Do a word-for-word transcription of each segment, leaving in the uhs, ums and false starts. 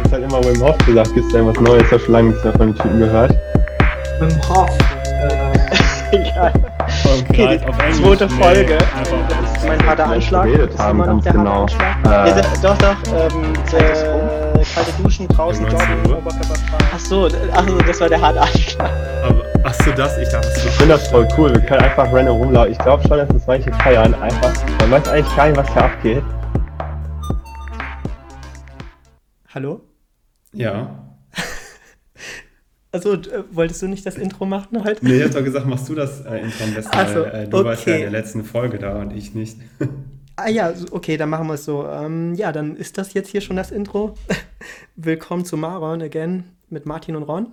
Max hat immer Wim Hof gesagt, gibt's da was Neues? Ich habe schon lange nichts mehr von den Typen gehört. Wim Hof. Äh, ja. Okay, die auf Englisch, zweite Folge. Nee, das ist mein harter Anschlag. Das ist immer noch der genau. harte Anschlag. Äh, ja, doch, doch. Ähm, äh, kalte Duschen, draußen joggen, Oberkörper frei. Ach so, ach so, das war der harte Anschlag. Aber, ach so, das, ich dachte, das Ich finde das voll cool. Wir können einfach random rumlaufen. Ich glaube schon, dass das manche feiern. Einfach, man weiß eigentlich gar nicht, was hier abgeht. Hallo? Ja. Also, äh, wolltest du nicht das Intro machen heute? Nee, ich hab doch gesagt, machst du das äh, Intro am besten, Ach so, weil äh, du okay. warst ja in der letzten Folge da und ich nicht. Ah ja, okay, dann machen wir es so. Ähm, ja, dann ist das jetzt hier schon das Intro. Willkommen zu Maron again mit Martin und Ron.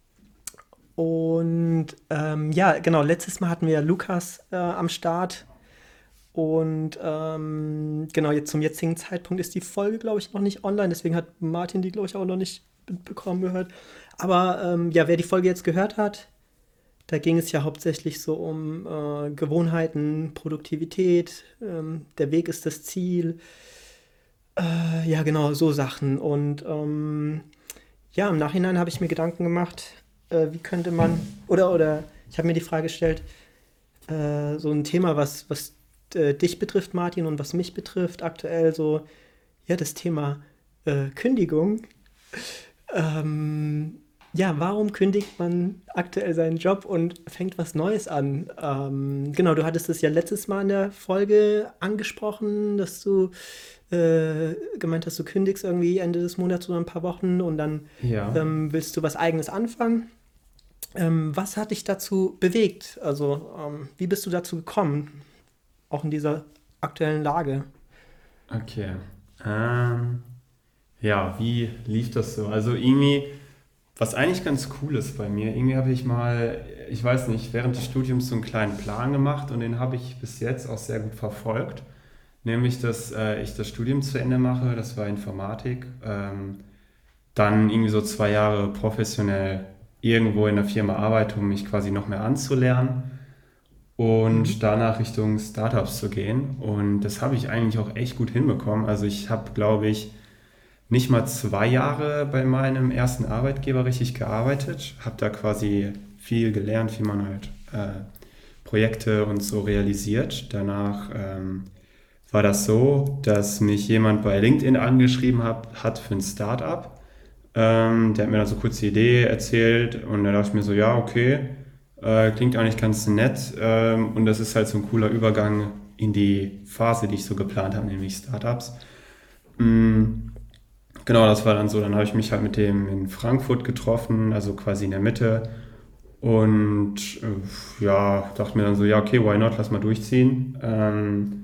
Und ähm, ja, genau, letztes Mal hatten wir ja Lukas äh, am Start. Und ähm, genau, jetzt zum jetzigen Zeitpunkt ist die Folge, glaube ich, noch nicht online. Deswegen hat Martin die, glaube ich, auch noch nicht mitbekommen gehört. Aber ähm, ja, wer die Folge jetzt gehört hat, da ging es ja hauptsächlich so um äh, Gewohnheiten, Produktivität, ähm, der Weg ist das Ziel. Äh, ja, genau, so Sachen. Und ähm, ja, im Nachhinein habe ich mir Gedanken gemacht, äh, wie könnte man, oder, oder ich habe mir die Frage gestellt, äh, so ein Thema, was, was äh, dich betrifft, Martin, und was mich betrifft, aktuell so, ja, das Thema äh, Kündigung. Ähm, ja, warum kündigt man aktuell seinen Job und fängt was Neues an? Ähm, genau, du hattest es ja letztes Mal in der Folge angesprochen, dass du äh, gemeint hast, du kündigst irgendwie Ende des Monats oder ein paar Wochen und dann Ja. ähm, willst du was Eigenes anfangen. Ähm, was hat dich dazu bewegt? Also, ähm, wie bist du dazu gekommen, auch in dieser aktuellen Lage? Okay. Ähm, ja, wie lief das so? Also irgendwie, was eigentlich ganz cool ist bei mir, irgendwie habe ich mal, ich weiß nicht, während des Studiums so einen kleinen Plan gemacht und den habe ich bis jetzt auch sehr gut verfolgt. Nämlich, dass äh, ich das Studium zu Ende mache, das war Informatik, ähm, dann irgendwie so zwei Jahre professionell irgendwo in der Firma arbeite, um mich quasi noch mehr anzulernen und danach Richtung Startups zu gehen. Und das habe ich eigentlich auch echt gut hinbekommen. Also ich habe, glaube ich, nicht mal zwei Jahre bei meinem ersten Arbeitgeber richtig gearbeitet, habe da quasi viel gelernt, wie man halt äh, Projekte und so realisiert. Danach ähm, war das so, dass mich jemand bei LinkedIn angeschrieben hat, hat für ein Startup. Ähm, der hat mir dann so kurz die Idee erzählt und da dachte ich mir so, ja, okay, äh, klingt eigentlich ganz nett ähm, und das ist halt so ein cooler Übergang in die Phase, die ich so geplant habe, nämlich Startups. Mm, Genau, das war dann so. Dann habe ich mich halt mit dem in Frankfurt getroffen, also quasi in der Mitte. Und äh, ja, dachte mir dann so, ja, okay, why not, lass mal durchziehen. Ähm,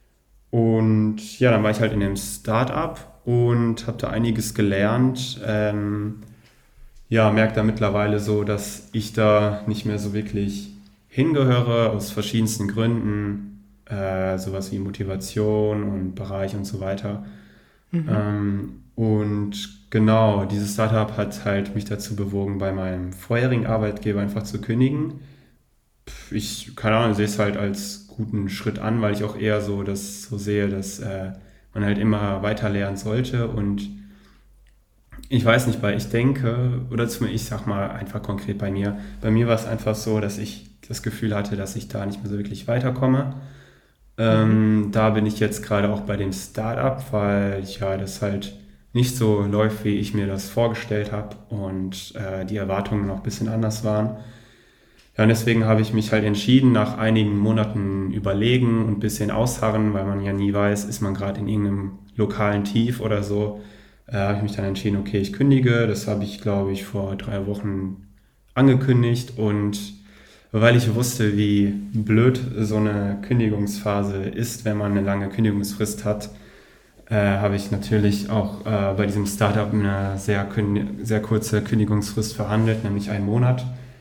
und ja, dann war ich halt in dem Start-up und habe da einiges gelernt. Ähm, ja, merke da mittlerweile so, dass ich da nicht mehr so wirklich hingehöre, aus verschiedensten Gründen. Äh, sowas wie Motivation und Bereich und so weiter. Ähm, und genau, dieses Startup hat halt mich dazu bewogen, bei meinem vorherigen Arbeitgeber einfach zu kündigen. Pff, Ich, keine Ahnung, sehe es halt als guten Schritt an, weil ich auch eher so das so sehe, dass äh, man halt immer weiter lernen sollte. Und ich weiß nicht, weil ich denke, oder zumindest ich sag mal einfach konkret bei mir, bei mir war es einfach so, dass ich das Gefühl hatte, dass ich da nicht mehr so wirklich weiterkomme. Ähm, da bin ich jetzt gerade auch bei dem Startup, weil ja das halt nicht so läuft, wie ich mir das vorgestellt habe und äh, die Erwartungen noch ein bisschen anders waren. Ja, und deswegen habe ich mich halt entschieden, nach einigen Monaten überlegen und ein bisschen ausharren, weil man ja nie weiß, ist man gerade in irgendeinem lokalen Tief oder so, äh, habe ich mich dann entschieden, okay, ich kündige. Das habe ich, glaube ich, vor drei Wochen angekündigt und weil ich wusste, wie blöd so eine Kündigungsphase ist, wenn man eine lange Kündigungsfrist hat, äh, habe ich natürlich auch äh, bei diesem Startup eine sehr, kün- sehr kurze Kündigungsfrist verhandelt, nämlich einen Monat.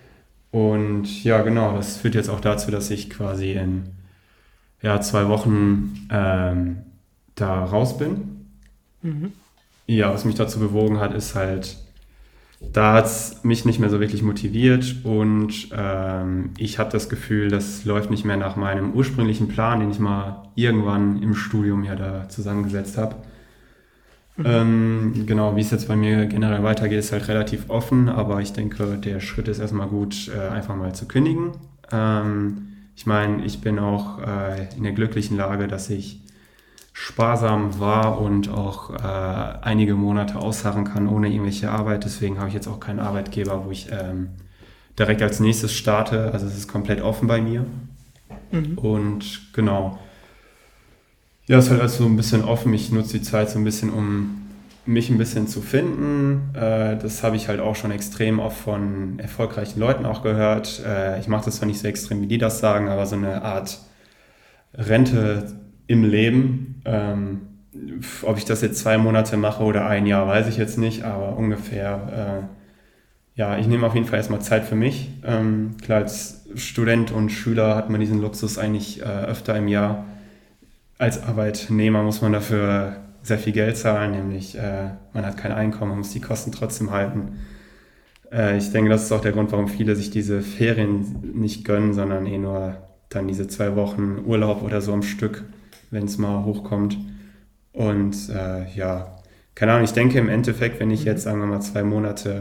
Und ja, genau, das führt jetzt auch dazu, dass ich quasi in ja, zwei Wochen ähm, da raus bin. Mhm. Ja, was mich dazu bewogen hat, ist halt, da hat es mich nicht mehr so wirklich motiviert und ähm, ich habe das Gefühl, das läuft nicht mehr nach meinem ursprünglichen Plan, den ich mal irgendwann im Studium ja da zusammengesetzt habe. Ähm, genau, wie es jetzt bei mir generell weitergeht, ist halt relativ offen, aber ich denke, der Schritt ist erstmal gut, äh, einfach mal zu kündigen. Ähm, ich meine, ich bin auch äh, in der glücklichen Lage, dass ich sparsam war und auch äh, einige Monate ausharren kann ohne irgendwelche Arbeit. Deswegen habe ich jetzt auch keinen Arbeitgeber, wo ich ähm, direkt als nächstes starte. Also es ist komplett offen bei mir. Mhm. Und genau. Ja, es ist halt also so ein bisschen offen. Ich nutze die Zeit so ein bisschen, um mich ein bisschen zu finden. Äh, das habe ich halt auch schon extrem oft von erfolgreichen Leuten auch gehört. Äh, ich mache das zwar nicht so extrem, wie die das sagen, aber so eine Art Rente im Leben. Ähm, ob ich das jetzt zwei Monate mache oder ein Jahr, weiß ich jetzt nicht, aber ungefähr. Äh, ja, ich nehme auf jeden Fall erstmal Zeit für mich. Ähm, klar, als Student und Schüler hat man diesen Luxus eigentlich äh, öfter im Jahr. Als Arbeitnehmer muss man dafür sehr viel Geld zahlen, nämlich äh, man hat kein Einkommen, man muss die Kosten trotzdem halten. Äh, ich denke, das ist auch der Grund, warum viele sich diese Ferien nicht gönnen, sondern eh nur dann diese zwei Wochen Urlaub oder so am Stück, wenn es mal hochkommt. Und äh, ja, keine Ahnung, ich denke im Endeffekt, wenn ich jetzt, sagen wir mal, zwei Monate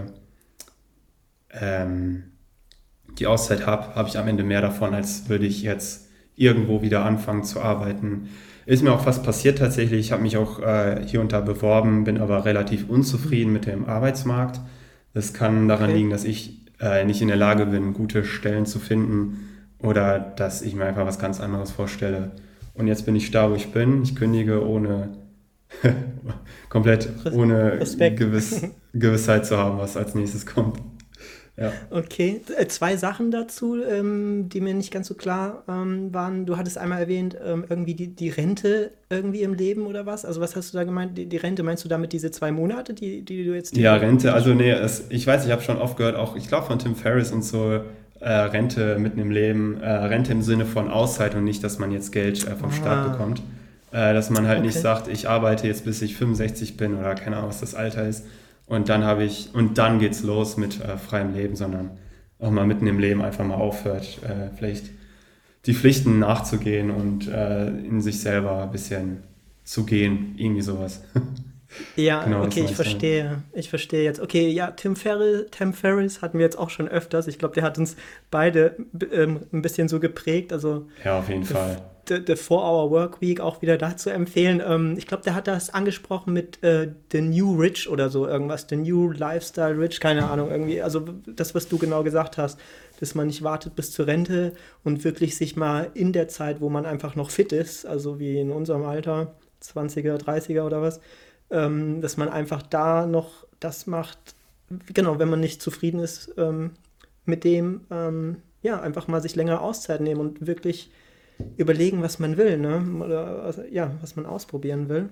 ähm, die Auszeit habe, habe ich am Ende mehr davon, als würde ich jetzt irgendwo wieder anfangen zu arbeiten. Ist mir auch fast passiert tatsächlich. Ich habe mich auch äh, hier und da beworben, bin aber relativ unzufrieden mit dem Arbeitsmarkt. Das kann daran Okay. liegen, dass ich äh, nicht in der Lage bin, gute Stellen zu finden oder dass ich mir einfach was ganz anderes vorstelle. Und jetzt bin ich da, wo ich bin. Ich kündige ohne komplett ohne Respekt. Gewiss, Gewissheit zu haben, was als nächstes kommt. Ja. Okay, äh, zwei Sachen dazu, ähm, die mir nicht ganz so klar ähm, waren. Du hattest einmal erwähnt, ähm, irgendwie die, die Rente irgendwie im Leben oder was? Also was hast du da gemeint? Die, die Rente, meinst du damit diese zwei Monate, die, die du jetzt... Ja, Die, Rente, also nee, es, ich weiß, ich habe schon oft gehört, auch ich glaube von Tim Ferriss und so, äh, Rente mitten im Leben, äh, Rente im Sinne von Auszeit und nicht, dass man jetzt Geld äh, vom Staat Ah, bekommt. Äh, dass man halt nicht okay. sagt, ich arbeite jetzt bis ich fünfundsechzig bin oder keine Ahnung, was das Alter ist. Und dann habe ich, und dann geht's los mit äh, freiem Leben, sondern auch mal mitten im Leben einfach mal aufhört, äh, vielleicht die Pflichten nachzugehen und äh, in sich selber ein bisschen zu gehen, irgendwie sowas. Ja, Genau, das okay, meine ich ich damit. verstehe. Ich verstehe jetzt. Okay, ja, Tim Ferriss, Tim Ferriss hatten wir jetzt auch schon öfters. Ich glaube, der hat uns beide b- ähm, ein bisschen so geprägt. Also Ja, auf jeden The, Fall. the, the Four-Hour Workweek auch wieder da zu empfehlen. Ähm, ich glaube, der hat das angesprochen mit äh, The New Rich oder so irgendwas. The New Lifestyle Rich, keine Ahnung, irgendwie. Also das, was du genau gesagt hast, dass man nicht wartet bis zur Rente und wirklich sich mal in der Zeit, wo man einfach noch fit ist, also wie in unserem Alter, zwanziger, dreißiger oder was, ähm, dass man einfach da noch das macht, genau, wenn man nicht zufrieden ist ähm, mit dem, ähm, ja, einfach mal sich länger Auszeit nehmen und wirklich überlegen, was man will, ne? Oder also, ja, was man ausprobieren will.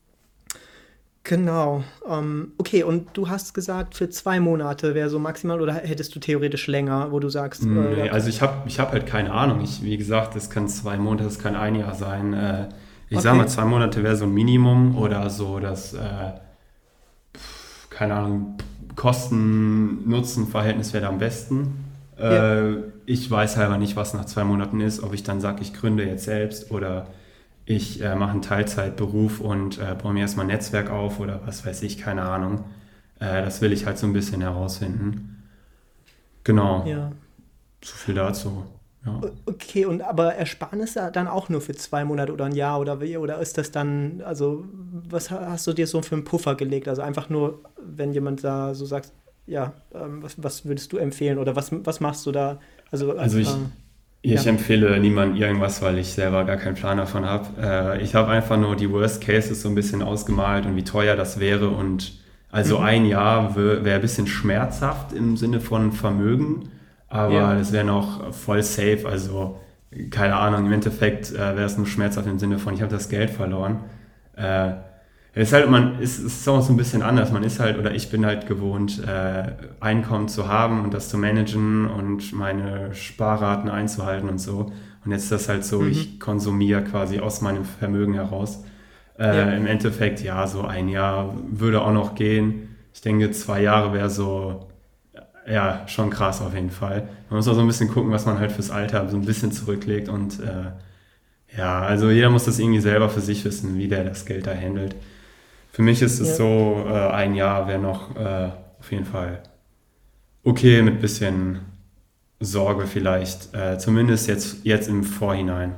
Genau. Ähm, okay, und du hast gesagt, für zwei Monate wäre so maximal, oder hättest du theoretisch länger, wo du sagst, äh, Nee, ja, also ich habe ich hab halt keine Ahnung. Ich, wie gesagt, das kann zwei Monate, das kann ein Jahr sein. Äh, ich sag mal, okay. zwei Monate wäre so ein Minimum oder so das, äh, keine Ahnung, Kosten-Nutzen-Verhältnis wäre da am besten. Ja. Äh, ich weiß halt aber nicht, was nach zwei Monaten ist, ob ich dann sage, ich gründe jetzt selbst oder ich äh, mache einen Teilzeitberuf und äh, baue mir erstmal ein Netzwerk auf oder was weiß ich, keine Ahnung. Äh, das will ich halt so ein bisschen herausfinden. Genau, Ja. so viel dazu. Ja. Okay, und aber Ersparnisse dann auch nur für zwei Monate oder ein Jahr oder wie? Oder ist das dann, also was ha- hast du dir so für einen Puffer gelegt? Also einfach nur, wenn jemand da so sagt, ja, ähm, was, was würdest du empfehlen oder was, was machst du da? Also, Also äh, ich, ich ja. empfehle niemandem irgendwas, weil ich selber gar keinen Plan davon habe. Äh, ich habe einfach nur die Worst Cases so ein bisschen ausgemalt und wie teuer das wäre. Und also Mhm. ein Jahr wäre ein bisschen schmerzhaft im Sinne von Vermögen, aber Ja. das wäre noch voll safe. Also keine Ahnung, im Endeffekt äh, wäre es nur schmerzhaft im Sinne von, ich habe das Geld verloren. Äh, es ist halt, man ist, es ist auch so ein bisschen anders. Man ist halt, oder ich bin halt gewohnt, äh, Einkommen zu haben und das zu managen und meine Sparraten einzuhalten und so. Und jetzt ist das halt so, Mhm. ich konsumiere quasi aus meinem Vermögen heraus. Ja. Äh, im Endeffekt, ja, so ein Jahr würde auch noch gehen. Ich denke, zwei Jahre wäre so, ja, schon krass auf jeden Fall. Man muss auch so ein bisschen gucken, was man halt fürs Alter so ein bisschen zurücklegt und äh, ja, also jeder muss das irgendwie selber für sich wissen, wie der das Geld da handelt. Für mich ist es Ja. so, äh, ein Jahr wäre noch äh, auf jeden Fall okay mit bisschen Sorge vielleicht, äh, zumindest jetzt, jetzt im Vorhinein.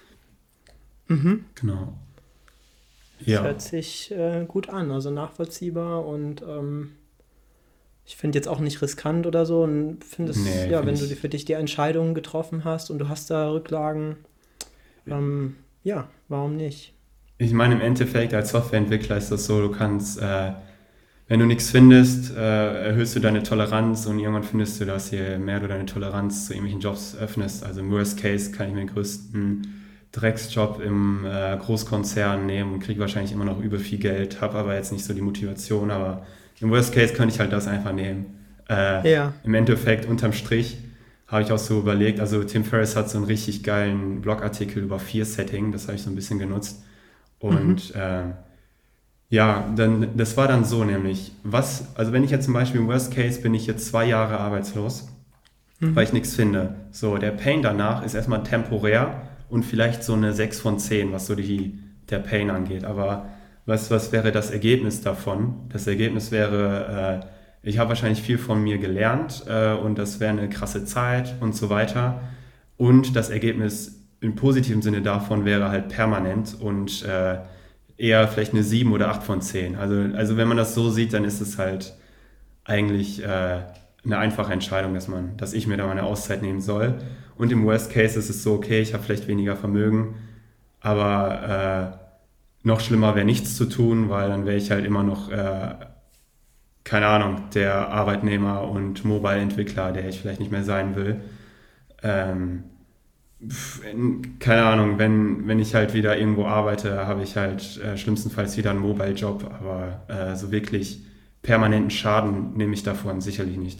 Mhm. Genau. Das Ja, hört sich äh, gut an, also nachvollziehbar und ähm, ich finde jetzt auch nicht riskant oder so und finde es, nee, ja, finde wenn du die- ich. für dich die Entscheidung getroffen hast und du hast da Rücklagen, ähm, ja, warum nicht? Ich meine, im Endeffekt als Softwareentwickler ist das so, du kannst, äh, wenn du nichts findest, äh, erhöhst du deine Toleranz und irgendwann findest du das, je mehr du deine Toleranz zu irgendwelchen Jobs öffnest. Also im Worst Case kann ich mir den größten Drecksjob im äh, Großkonzern nehmen und kriege wahrscheinlich immer noch übel viel Geld, habe aber jetzt nicht so die Motivation, aber im Worst Case könnte ich halt das einfach nehmen. Äh, Ja, Im Endeffekt, unterm Strich, habe ich auch so überlegt, also Tim Ferriss hat so einen richtig geilen Blogartikel über Fear-Setting, das habe ich so ein bisschen genutzt. mhm. Und äh, ja, dann, das war dann so nämlich, was, also wenn ich jetzt zum Beispiel im Worst Case bin ich jetzt zwei Jahre arbeitslos, weil Mhm. ich nichts finde. So, der Pain danach ist erstmal temporär und vielleicht so eine sechs von zehn, was so die, der Pain angeht. Aber was, was wäre das Ergebnis davon? Das Ergebnis wäre, äh, ich habe wahrscheinlich viel von mir gelernt äh, und das wäre eine krasse Zeit und so weiter. Und das Ergebnis im positiven Sinne davon wäre halt permanent und äh, eher vielleicht eine sieben oder acht von zehn. Also, also wenn man das so sieht, dann ist es halt eigentlich äh, eine einfache Entscheidung, dass man, dass ich mir da meine Auszeit nehmen soll. Und im Worst Case ist es so, okay, ich habe vielleicht weniger Vermögen, aber äh, noch schlimmer wäre nichts zu tun, weil dann wäre ich halt immer noch, äh, keine Ahnung, der Arbeitnehmer und Mobile-Entwickler, der ich vielleicht nicht mehr sein will. Ähm, pf, in- keine Ahnung, wenn, wenn ich halt wieder irgendwo arbeite, habe ich halt äh, schlimmstenfalls wieder einen Mobile-Job, aber äh, so wirklich permanenten Schaden nehme ich davon sicherlich nicht.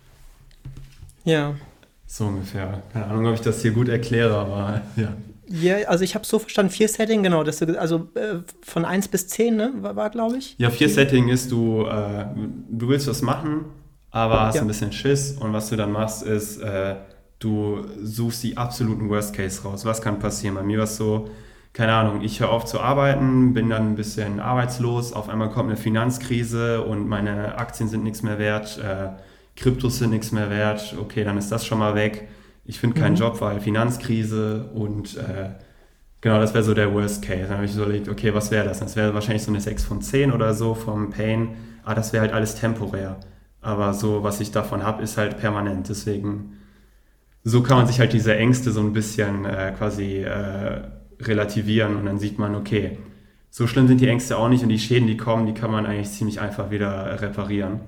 Ja. So ungefähr. Keine Ahnung, ob ich das hier gut erkläre, aber ja. Ja, also ich habe so verstanden, vier Setting, genau, dass du, ge- also äh, von eins bis zehn, ne, war, war glaube ich. Ja, Fear-Setting ist, du, äh, du willst was machen, aber hast Ja. ein bisschen Schiss und was du dann machst, ist, äh, du suchst die absoluten Worst Case raus. Was kann passieren? Bei mir war es so, keine Ahnung, ich höre auf zu arbeiten, bin dann ein bisschen arbeitslos, auf einmal kommt eine Finanzkrise und meine Aktien sind nichts mehr wert, äh, Kryptos sind nichts mehr wert, okay, dann ist das schon mal weg. Ich finde keinen Mhm. Job, weil Finanzkrise und äh, genau, das wäre so der Worst Case. Dann habe ich so überlegt, okay, was wäre das? Das wäre wahrscheinlich so eine sechs von zehn oder so vom Pain. Ah, das wäre halt alles temporär. Aber so, was ich davon habe, ist halt permanent. Deswegen, so kann man sich halt diese Ängste so ein bisschen äh, quasi äh, relativieren und dann sieht man, okay, so schlimm sind die Ängste auch nicht und die Schäden, die kommen, die kann man eigentlich ziemlich einfach wieder reparieren.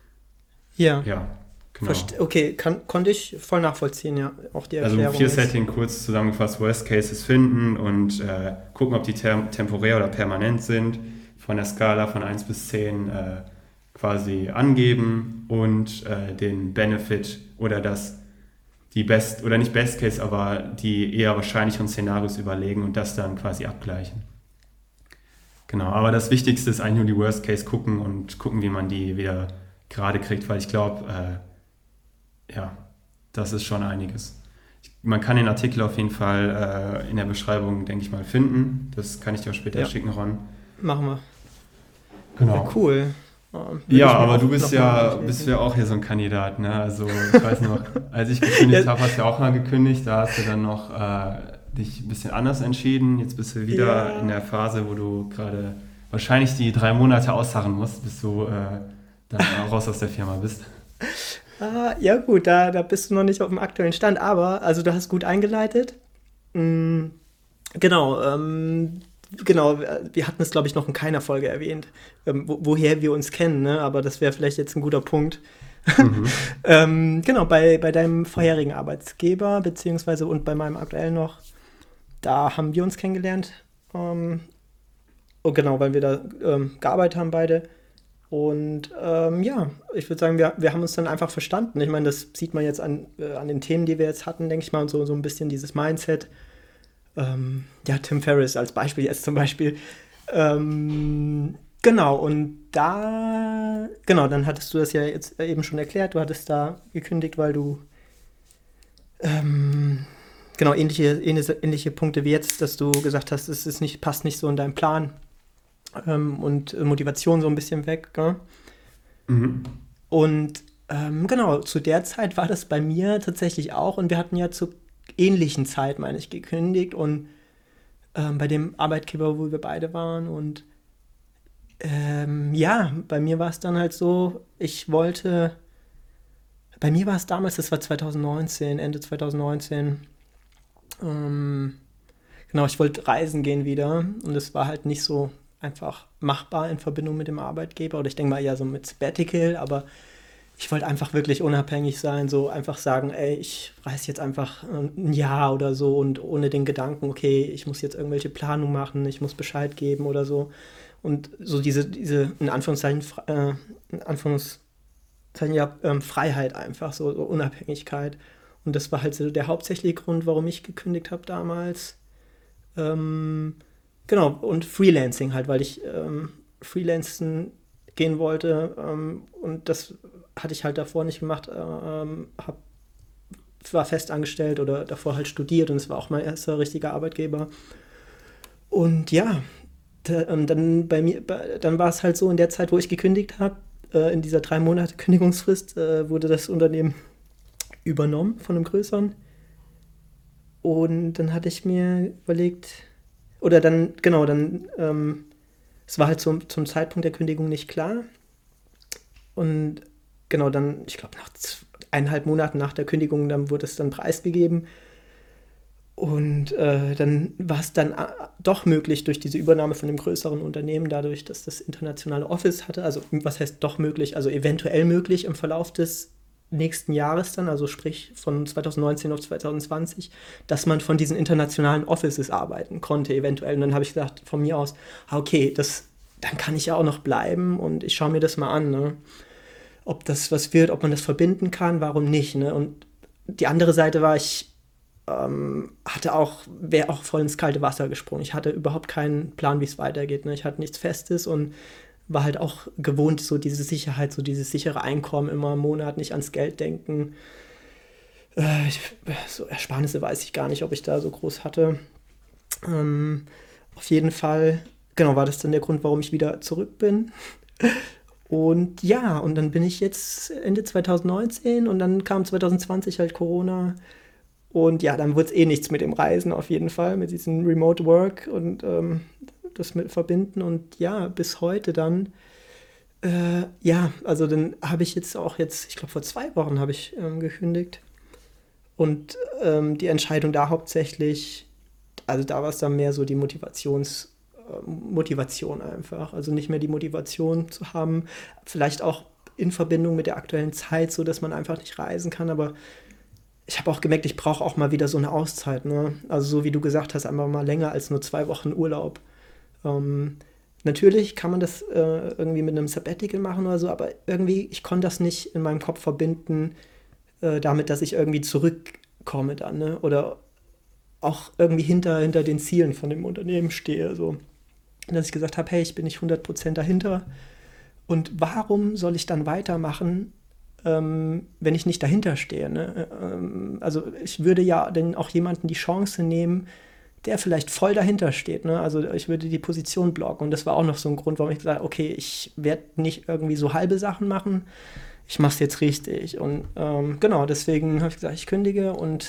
Ja. Ja, genau. Verste okay, kann, konnte ich voll nachvollziehen, ja. Auch die Also Erklärung vier ist. Setting kurz zusammengefasst, Worst Cases finden und äh, gucken, ob die tem temporär oder permanent sind. Von der Skala von eins bis zehn äh, quasi angeben und äh, den Benefit oder das, die Best, oder nicht Best Case, aber die eher wahrscheinlicheren Szenarios überlegen und das dann quasi abgleichen. Genau, aber das Wichtigste ist eigentlich nur die Worst Case gucken und gucken, wie man die wieder gerade kriegt, weil ich glaube, äh, ja, das ist schon einiges. Ich, man kann den Artikel auf jeden Fall äh, in der Beschreibung, denke ich mal, finden. Das kann ich dir auch später Ja. schicken, Ron. Machen wir. Genau. Ja, cool. Ja, würde ich Ja, mir aber auch du bist noch ja, mal bist durchlesen. ja auch hier so ein Kandidat, ne? Also ich weiß noch, als ich gekündigt Ja. habe, hast du ja auch mal gekündigt, da hast du dann noch äh, dich ein bisschen anders entschieden. Jetzt bist du wieder Ja. in der Phase, wo du gerade wahrscheinlich die drei Monate ausharren musst, bis du äh, dann raus aus der Firma bist. Ah, ja gut, da, da bist du noch nicht auf dem aktuellen Stand, aber also du hast gut eingeleitet. Mm, genau, ähm, genau, wir hatten es, glaube ich, noch in keiner Folge erwähnt, ähm, wo, woher wir uns kennen, ne? Aber das wäre vielleicht jetzt ein guter Punkt. Mhm. Ähm, genau, bei, bei deinem vorherigen Arbeitsgeber, beziehungsweise und bei meinem aktuellen noch, da haben wir uns kennengelernt. Ähm, oh, genau, weil wir da ähm, gearbeitet haben beide. Und ähm, ja, ich würde sagen, wir, wir haben uns dann einfach verstanden. Ich meine, das sieht man jetzt an, äh, an den Themen, die wir jetzt hatten, denke ich mal, und so, so ein bisschen dieses Mindset. Ähm, ja, Tim Ferriss als Beispiel jetzt zum Beispiel. Ähm, genau, und da, genau, dann hattest du das ja jetzt eben schon erklärt. Du hattest da gekündigt, weil du, ähm, genau, ähnliche, ähnliche, ähnliche Punkte wie jetzt, dass du gesagt hast, es ist nicht, passt nicht so in deinen Plan. ähm, und äh, Motivation so ein bisschen weg. Gell? Mhm. Und ähm, genau, zu der Zeit war das bei mir tatsächlich auch. Und wir hatten ja zur ähnlichen Zeit, meine ich, gekündigt. Und ähm, bei dem Arbeitgeber, wo wir beide waren. Und ähm, ja, bei mir war es dann halt so, ich wollte, bei mir war es damals, das war zwanzig neunzehn, Ende zwanzig neunzehn, ähm, genau, ich wollte reisen gehen wieder und es war halt nicht so einfach machbar in Verbindung mit dem Arbeitgeber oder ich denke mal eher so mit Sabbatical, aber ich wollte einfach wirklich unabhängig sein, so einfach sagen, ey, ich reise jetzt einfach äh, ein Jahr oder so und ohne den Gedanken, okay, ich muss jetzt irgendwelche Planung machen, ich muss Bescheid geben oder so. Und so diese, diese in Anführungszeichen, Fre- äh, in Anführungszeichen ja, ähm, Freiheit einfach, so, so Unabhängigkeit. Und das war halt so der hauptsächliche Grund, warum ich gekündigt habe damals. Ähm, genau, und Freelancing halt, weil ich ähm, Freelancen gehen wollte ähm, und das hatte ich halt davor nicht gemacht, ähm, hab, war fest angestellt oder davor halt studiert und es war auch mein erster richtiger Arbeitgeber. Und ja, da, und dann bei mir, bei, dann war es halt so in der Zeit, wo ich gekündigt habe, äh, in dieser drei Monate Kündigungsfrist, äh, wurde das Unternehmen übernommen von einem größeren. Und dann hatte ich mir überlegt, oder dann, genau, dann, ähm, es war halt zum, zum Zeitpunkt der Kündigung nicht klar. Und genau, dann, ich glaube, nach z- eineinhalb Monaten nach der Kündigung, dann wurde es dann preisgegeben. Und äh, dann war es dann äh, doch möglich durch diese Übernahme von dem größeren Unternehmen, dadurch, dass das internationale Office hatte, also was heißt doch möglich, also eventuell möglich im Verlauf des nächsten Jahres dann, also sprich von zwanzig neunzehn auf zwanzig zwanzig, dass man von diesen internationalen Offices arbeiten konnte, eventuell. Und dann habe ich gedacht, von mir aus, ah, okay, das, dann kann ich ja auch noch bleiben und ich schaue mir das mal an, ne? Ob das was wird, ob man das verbinden kann, warum nicht, ne? Und die andere Seite war, ich ähm, hatte auch, wäre auch voll ins kalte Wasser gesprungen. Ich hatte überhaupt keinen Plan, wie es weitergeht. Ne? Ich hatte nichts Festes und war halt auch gewohnt, so diese Sicherheit, so dieses sichere Einkommen immer im Monat, nicht ans Geld denken. Äh, ich, so Ersparnisse weiß ich gar nicht, ob ich da so groß hatte. Ähm, auf jeden Fall, genau, war das dann der Grund, warum ich wieder zurück bin. Und ja, und dann bin ich jetzt Ende zwanzig neunzehn und dann kam zwanzig zwanzig halt Corona. Und ja, dann wurde es eh nichts mit dem Reisen auf jeden Fall, mit diesem Remote Work und ähm, das mit verbinden. Und ja, bis heute dann, äh, ja, also dann habe ich jetzt auch jetzt, ich glaube vor zwei Wochen habe ich ähm, gekündigt. Und ähm, die Entscheidung da hauptsächlich, also da war es dann mehr so die Motivations, äh, Motivation einfach. Also nicht mehr die Motivation zu haben, vielleicht auch in Verbindung mit der aktuellen Zeit, so dass man einfach nicht reisen kann, aber ich habe auch gemerkt, ich brauche auch mal wieder so eine Auszeit, ne? Also so wie du gesagt hast, einfach mal länger als nur zwei Wochen Urlaub. Ähm, natürlich kann man das äh, irgendwie mit einem Sabbatical machen oder so, aber irgendwie, ich konnte das nicht in meinem Kopf verbinden, äh, damit, dass ich irgendwie zurückkomme dann, ne? Oder auch irgendwie hinter, hinter den Zielen von dem Unternehmen stehe, so. Dass ich gesagt habe, hey, ich bin nicht hundert Prozent dahinter und warum soll ich dann weitermachen, ähm, wenn ich nicht dahinter stehe. Ne? Ähm, also ich würde ja dann auch jemanden die Chance nehmen, der vielleicht voll dahinter steht. Ne? Also ich würde die Position blocken. Und das war auch noch so ein Grund, warum ich gesagt habe, okay, ich werde nicht irgendwie so halbe Sachen machen. Ich mache es jetzt richtig. Und ähm, genau, deswegen habe ich gesagt, ich kündige und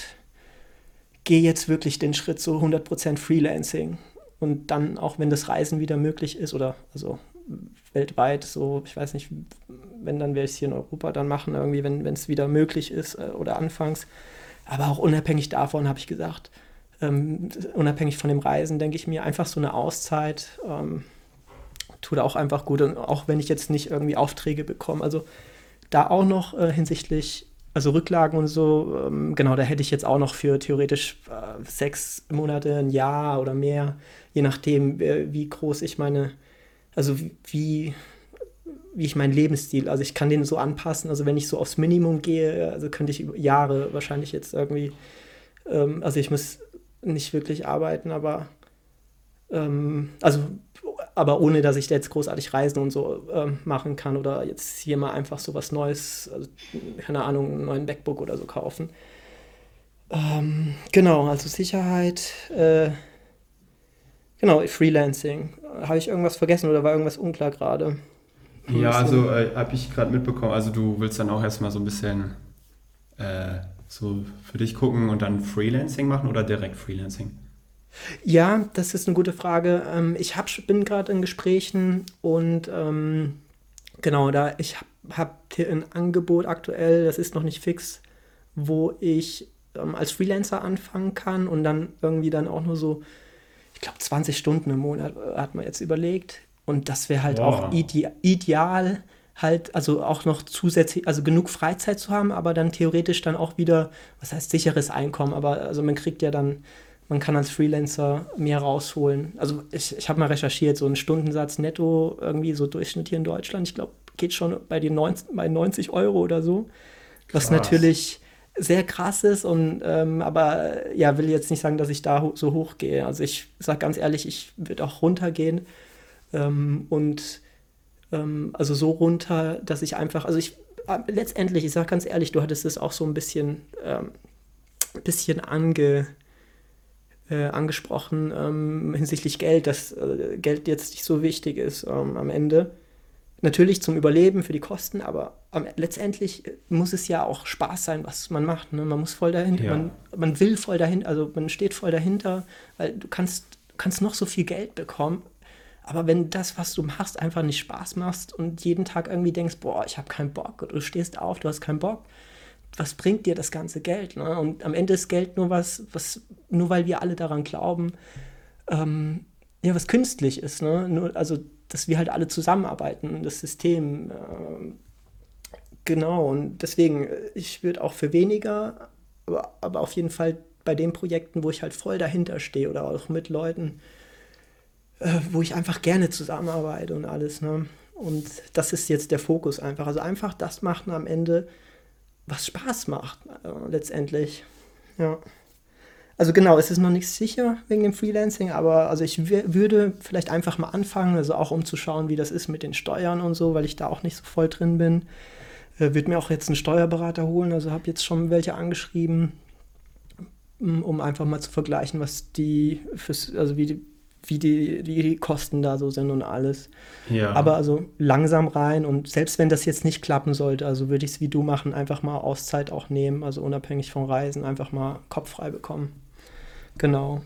gehe jetzt wirklich den Schritt so hundert Prozent Freelancing. Und dann, auch wenn das Reisen wieder möglich ist, oder also weltweit, so, ich weiß nicht, wenn, dann werde ich es hier in Europa dann machen, irgendwie, wenn es wieder möglich ist äh, oder anfangs. Aber auch unabhängig davon habe ich gesagt, ähm, unabhängig von dem Reisen, denke ich mir, einfach so eine Auszeit ähm, tut auch einfach gut. Und auch wenn ich jetzt nicht irgendwie Aufträge bekomme, also da auch noch äh, hinsichtlich, also Rücklagen und so, ähm, genau, da hätte ich jetzt auch noch für theoretisch äh, sechs Monate, ein Jahr oder mehr, je nachdem, äh, wie groß ich meine, also wie, wie ich meinen Lebensstil, also ich kann den so anpassen, also wenn ich so aufs Minimum gehe, also könnte ich über Jahre wahrscheinlich jetzt irgendwie, ähm, also ich muss nicht wirklich arbeiten, aber ähm, also aber ohne, dass ich da jetzt großartig Reisen und so ähm, machen kann oder jetzt hier mal einfach so was Neues, also, keine Ahnung, einen neuen MacBook oder so kaufen. Ähm, genau, also Sicherheit, äh, Genau, Freelancing. Habe ich irgendwas vergessen oder war irgendwas unklar gerade? Ein Ja, bisschen. also äh, habe ich gerade mitbekommen, also du willst dann auch erstmal so ein bisschen äh, so für dich gucken und dann Freelancing machen oder direkt Freelancing? Ja, das ist eine gute Frage. Ähm, ich hab, bin gerade in Gesprächen und ähm, genau, da ich habe hab hier ein Angebot aktuell, das ist noch nicht fix, wo ich ähm, als Freelancer anfangen kann und dann irgendwie dann auch nur so, ich glaube, zwanzig Stunden im Monat äh, hat man jetzt überlegt. Und das wäre halt auch Boah, ide ideal, halt, also auch noch zusätzlich, also genug Freizeit zu haben, aber dann theoretisch dann auch wieder, was heißt sicheres Einkommen, aber also man kriegt ja dann, man kann als Freelancer mehr rausholen. Also ich, ich habe mal recherchiert, so ein Stundensatz netto, irgendwie so Durchschnitt hier in Deutschland, ich glaube, geht schon bei den neunzig, bei neunzig Euro oder so, was krass. natürlich sehr krass ist und ähm, aber äh, ja, will jetzt nicht sagen, dass ich da ho so hoch gehe. Also ich sage ganz ehrlich, ich würde auch runtergehen ähm, und ähm, also so runter, dass ich einfach, also ich äh, letztendlich, ich sage ganz ehrlich, du hattest es auch so ein bisschen, ähm, bisschen ange, äh, angesprochen ähm, hinsichtlich Geld, dass äh, Geld jetzt nicht so wichtig ist ähm, am Ende. Natürlich zum Überleben, für die Kosten, aber am, letztendlich äh, muss es ja auch Spaß sein, was man macht. Ne? Man muss voll dahinter, Ja, man, man will voll dahinter, also man steht voll dahinter, weil du kannst, du kannst noch so viel Geld bekommen, aber wenn das, was du machst, einfach nicht Spaß macht und jeden Tag irgendwie denkst, boah, ich habe keinen Bock, oder du stehst auf, du hast keinen Bock, was bringt dir das ganze Geld? Ne? Und am Ende ist Geld nur was, was, nur weil wir alle daran glauben, ähm, ja, was künstlich ist, ne? Nur, also, dass wir halt alle zusammenarbeiten, das System, ähm, genau, und deswegen, äh, ich würde auch für weniger, aber, aber auf jeden Fall bei den Projekten, wo ich halt voll dahinter stehe oder auch mit Leuten, äh, wo ich einfach gerne zusammenarbeite und alles, ne? Und das ist jetzt der Fokus einfach. Also einfach das machen am Ende, was Spaß macht, äh, letztendlich. Ja. Also genau, es ist noch nicht sicher wegen dem Freelancing, aber also ich wür- würde vielleicht einfach mal anfangen, also auch um zu schauen, wie das ist mit den Steuern und so, weil ich da auch nicht so voll drin bin. Äh, würde mir auch jetzt einen Steuerberater holen, also habe jetzt schon welche angeschrieben, m, um einfach mal zu vergleichen, was die fürs, also wie die, wie die, wie die Kosten da so sind und alles. ja. Aber also langsam rein und selbst wenn das jetzt nicht klappen sollte, also würde ich es wie du machen, einfach mal Auszeit auch nehmen, also unabhängig vom Reisen, einfach mal Kopf frei bekommen. Genau.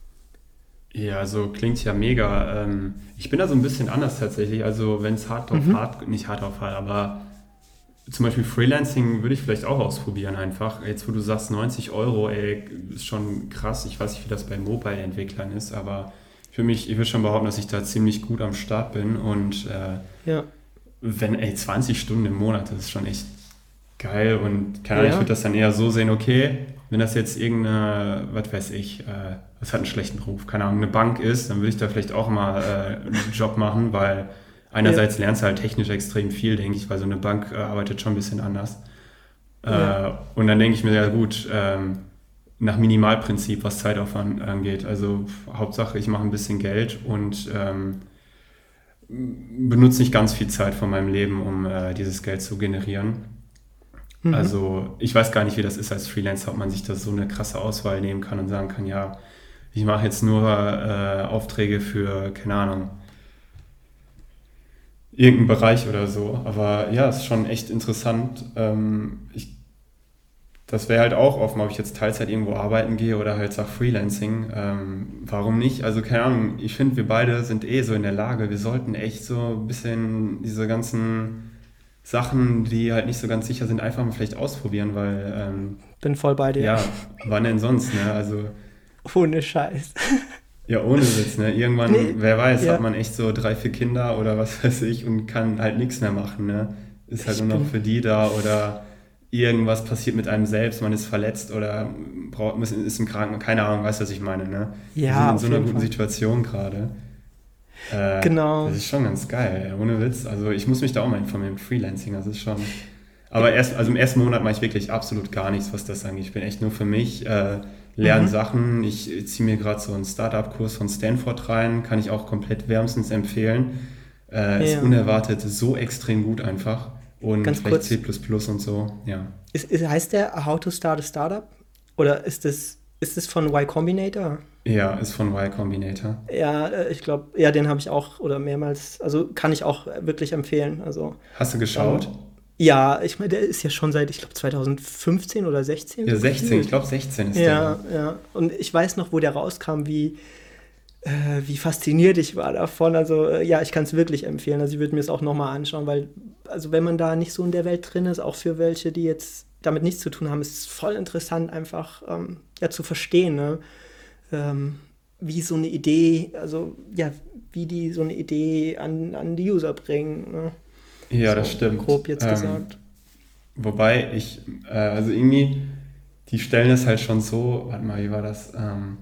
Ja, also klingt ja mega. Ähm, ich bin da so ein bisschen anders tatsächlich. Also wenn es hart auf Mhm. hart, nicht hart auf hart, aber zum Beispiel Freelancing würde ich vielleicht auch ausprobieren einfach. Jetzt, wo du sagst neunzig Euro, ey, ist schon krass. Ich weiß nicht, wie das bei Mobile-Entwicklern ist, aber für mich, ich würde schon behaupten, dass ich da ziemlich gut am Start bin. Und äh, Ja. wenn, ey, zwanzig Stunden im Monat, das ist schon echt geil. Und keine Ahnung, ich Ja. würde das dann eher so sehen, okay, wenn das jetzt irgendeine, was weiß ich, äh, was hat einen schlechten Ruf, keine Ahnung, eine Bank ist, dann würde ich da vielleicht auch mal äh, einen Job machen, weil Ja. einerseits lernst du halt technisch extrem viel, denke ich, weil so eine Bank äh, arbeitet schon ein bisschen anders. Ja. Äh, und dann denke ich mir, ja gut, ähm, nach Minimalprinzip, was Zeitaufwand angeht. Also Hauptsache, ich mache ein bisschen Geld und ähm, benutze nicht ganz viel Zeit von meinem Leben, um äh, dieses Geld zu generieren. Mhm. Also ich weiß gar nicht, wie das ist als Freelancer, ob man sich da so eine krasse Auswahl nehmen kann und sagen kann, ja, ich mache jetzt nur äh, Aufträge für, keine Ahnung, irgendeinen Bereich oder so. Aber ja, es ist schon echt interessant. Ähm, ich, das wäre halt auch offen, ob ich jetzt Teilzeit irgendwo arbeiten gehe oder halt sag Freelancing. Ähm, warum nicht? Also keine Ahnung, ich finde, wir beide sind eh so in der Lage. Wir sollten echt so ein bisschen diese ganzen Sachen, die halt nicht so ganz sicher sind, einfach mal vielleicht ausprobieren, weil ähm, Bin voll bei dir. ja, wann denn sonst, ne? Also Ohne Scheiß. ja, ohne Witz, ne? Nee. Irgendwann, wer weiß, hat Ja. man echt so drei, vier Kinder oder was weiß ich und kann halt nichts mehr machen, ne? Ist halt Ich nur noch bin. für die da oder irgendwas passiert mit einem selbst, man ist verletzt oder braucht, ist ist im Krankenhaus, keine Ahnung, weißt du, was ich meine, ne? Wir sind Ja, in so auf einer jeden guten Fall. Situation gerade. Äh, Genau. Das ist schon ganz geil, ja, ohne Witz. Also ich muss mich da auch mal informieren mit Freelancing, das ist schon. Aber erst, also im ersten Monat mache ich wirklich absolut gar nichts, was das angeht. Ich bin echt nur für mich, äh, lerne Mhm. Sachen. Ich ziehe mir gerade so einen Startup-Kurs von Stanford rein, kann ich auch komplett wärmstens empfehlen. Äh, ist Ja. unerwartet so extrem gut einfach. Und Ganz vielleicht C++ kurz. plus plus und so, ja. Ist, ist, heißt der How to Start a Startup? Oder ist das, ist das von Y Combinator? Ja, ist von Y Combinator. Ja, äh, ich glaube, ja, den habe ich auch oder mehrmals, also kann ich auch wirklich empfehlen. Also Hast du geschaut? ähm, ja, ich meine, der ist ja schon seit, ich glaube, zwanzig fünfzehn oder sechzehn Ja, so sechzehn, ich gefühlt. glaube sechzehn ist der. Ja, ja. Und ich weiß noch, wo der rauskam, wie, äh, wie fasziniert ich war davon. Also äh, ja, ich kann es wirklich empfehlen. Also ich würde mir es auch nochmal anschauen, weil, also wenn man da nicht so in der Welt drin ist, auch für welche, die jetzt damit nichts zu tun haben, ist es voll interessant, einfach ähm, ja, zu verstehen, ne? ähm, wie so eine Idee, also ja, wie die so eine Idee an, an die User bringen. Ne? Ja, das So stimmt. grob jetzt Ähm, gesagt. wobei ich, äh, also irgendwie, die stellen es halt schon so, warte mal, wie war das? Ähm,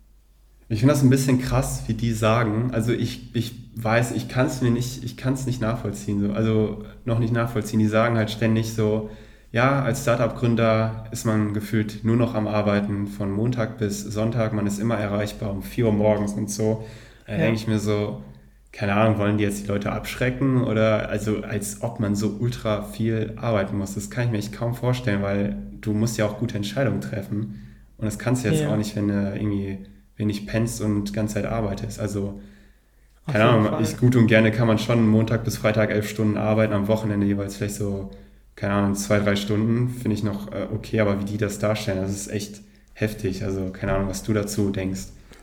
ich finde das ein bisschen krass, wie die sagen. Also ich, ich weiß, ich kann es mir nicht, ich kann es nicht nachvollziehen. So. Also noch nicht nachvollziehen. Die sagen halt ständig so, ja, als Startup-Gründer ist man gefühlt nur noch am Arbeiten von Montag bis Sonntag. Man ist immer erreichbar um vier Uhr morgens und so. Da denke Ja. ich mir so, keine Ahnung, wollen die jetzt die Leute abschrecken oder also als ob man so ultra viel arbeiten muss. Das kann ich mir echt kaum vorstellen, weil du musst ja auch gute Entscheidungen treffen. Und das kannst du jetzt auch Ja, nicht, wenn du irgendwie wenig pennst und die ganze Zeit arbeitest. Also, auf keine jeden Ahnung, Fall. ich gut und gerne kann man schon Montag bis Freitag elf Stunden arbeiten, am Wochenende jeweils vielleicht so, keine Ahnung, zwei, drei Stunden, finde ich noch äh, okay, aber wie die das darstellen, das ist echt heftig. Also, keine Ahnung, was du dazu denkst.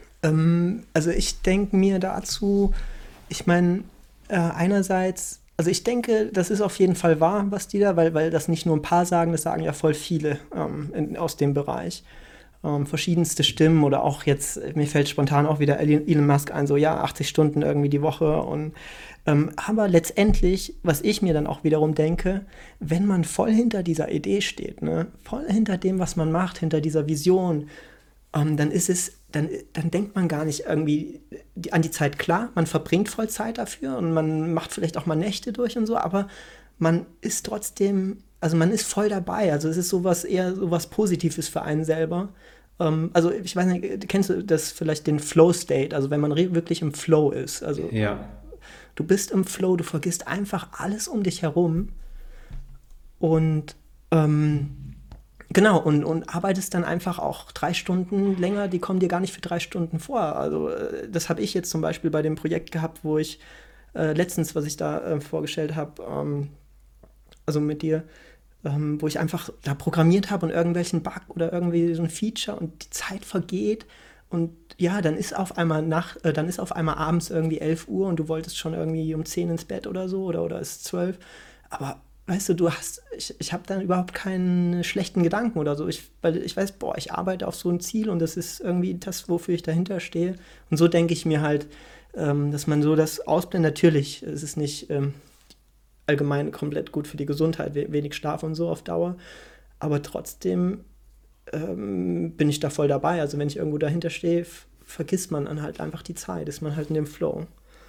Ähm, also ich denke mir dazu, ich meine, äh, einerseits, also ich denke, das ist auf jeden Fall wahr, was die da, weil, weil das nicht nur ein paar sagen, das sagen ja voll viele ähm, in, aus dem Bereich. Ähm, verschiedenste Stimmen oder auch jetzt, mir fällt spontan auch wieder Elon Elon Musk ein, so ja, achtzig Stunden irgendwie die Woche und ähm, aber letztendlich, was ich mir dann auch wiederum denke, wenn man voll hinter dieser Idee steht, ne, voll hinter dem, was man macht, hinter dieser Vision, ähm, dann ist es, dann, dann denkt man gar nicht irgendwie die, an die Zeit. Klar, man verbringt voll Zeit dafür und man macht vielleicht auch mal Nächte durch und so, aber man ist trotzdem, also man ist voll dabei. Also es ist sowas eher sowas Positives für einen selber. Ähm, also ich weiß nicht, kennst du das vielleicht den Flow State, also wenn man re- wirklich im Flow ist. Also Ja, du bist im Flow, du vergisst einfach alles um dich herum und ähm, genau, und, und arbeitest dann einfach auch drei Stunden länger, die kommen dir gar nicht für drei Stunden vor. Also äh, das habe ich jetzt zum Beispiel bei dem Projekt gehabt, wo ich äh, letztens, was ich da äh, vorgestellt habe, ähm, also mit dir, ähm, wo ich einfach da programmiert habe und irgendwelchen Bug oder irgendwie so ein Feature und die Zeit vergeht und ja, dann ist auf einmal nach, äh, dann ist auf einmal abends irgendwie elf Uhr und du wolltest schon irgendwie um zehn ins Bett oder so oder, oder ist zwölf. Aber weißt du, du hast, ich, ich habe dann überhaupt keinen schlechten Gedanken oder so. Ich, weil ich weiß, boah, ich arbeite auf so ein Ziel und das ist irgendwie das, wofür ich dahinter stehe. Und so denke ich mir halt, ähm, dass man so das ausblendet. Natürlich, es ist nicht ähm, allgemein komplett gut für die Gesundheit, we- wenig Schlaf und so auf Dauer. Aber trotzdem ähm, bin ich da voll dabei. Also wenn ich irgendwo dahinter stehe, f- vergisst man dann halt einfach die Zeit, ist man halt in dem Flow.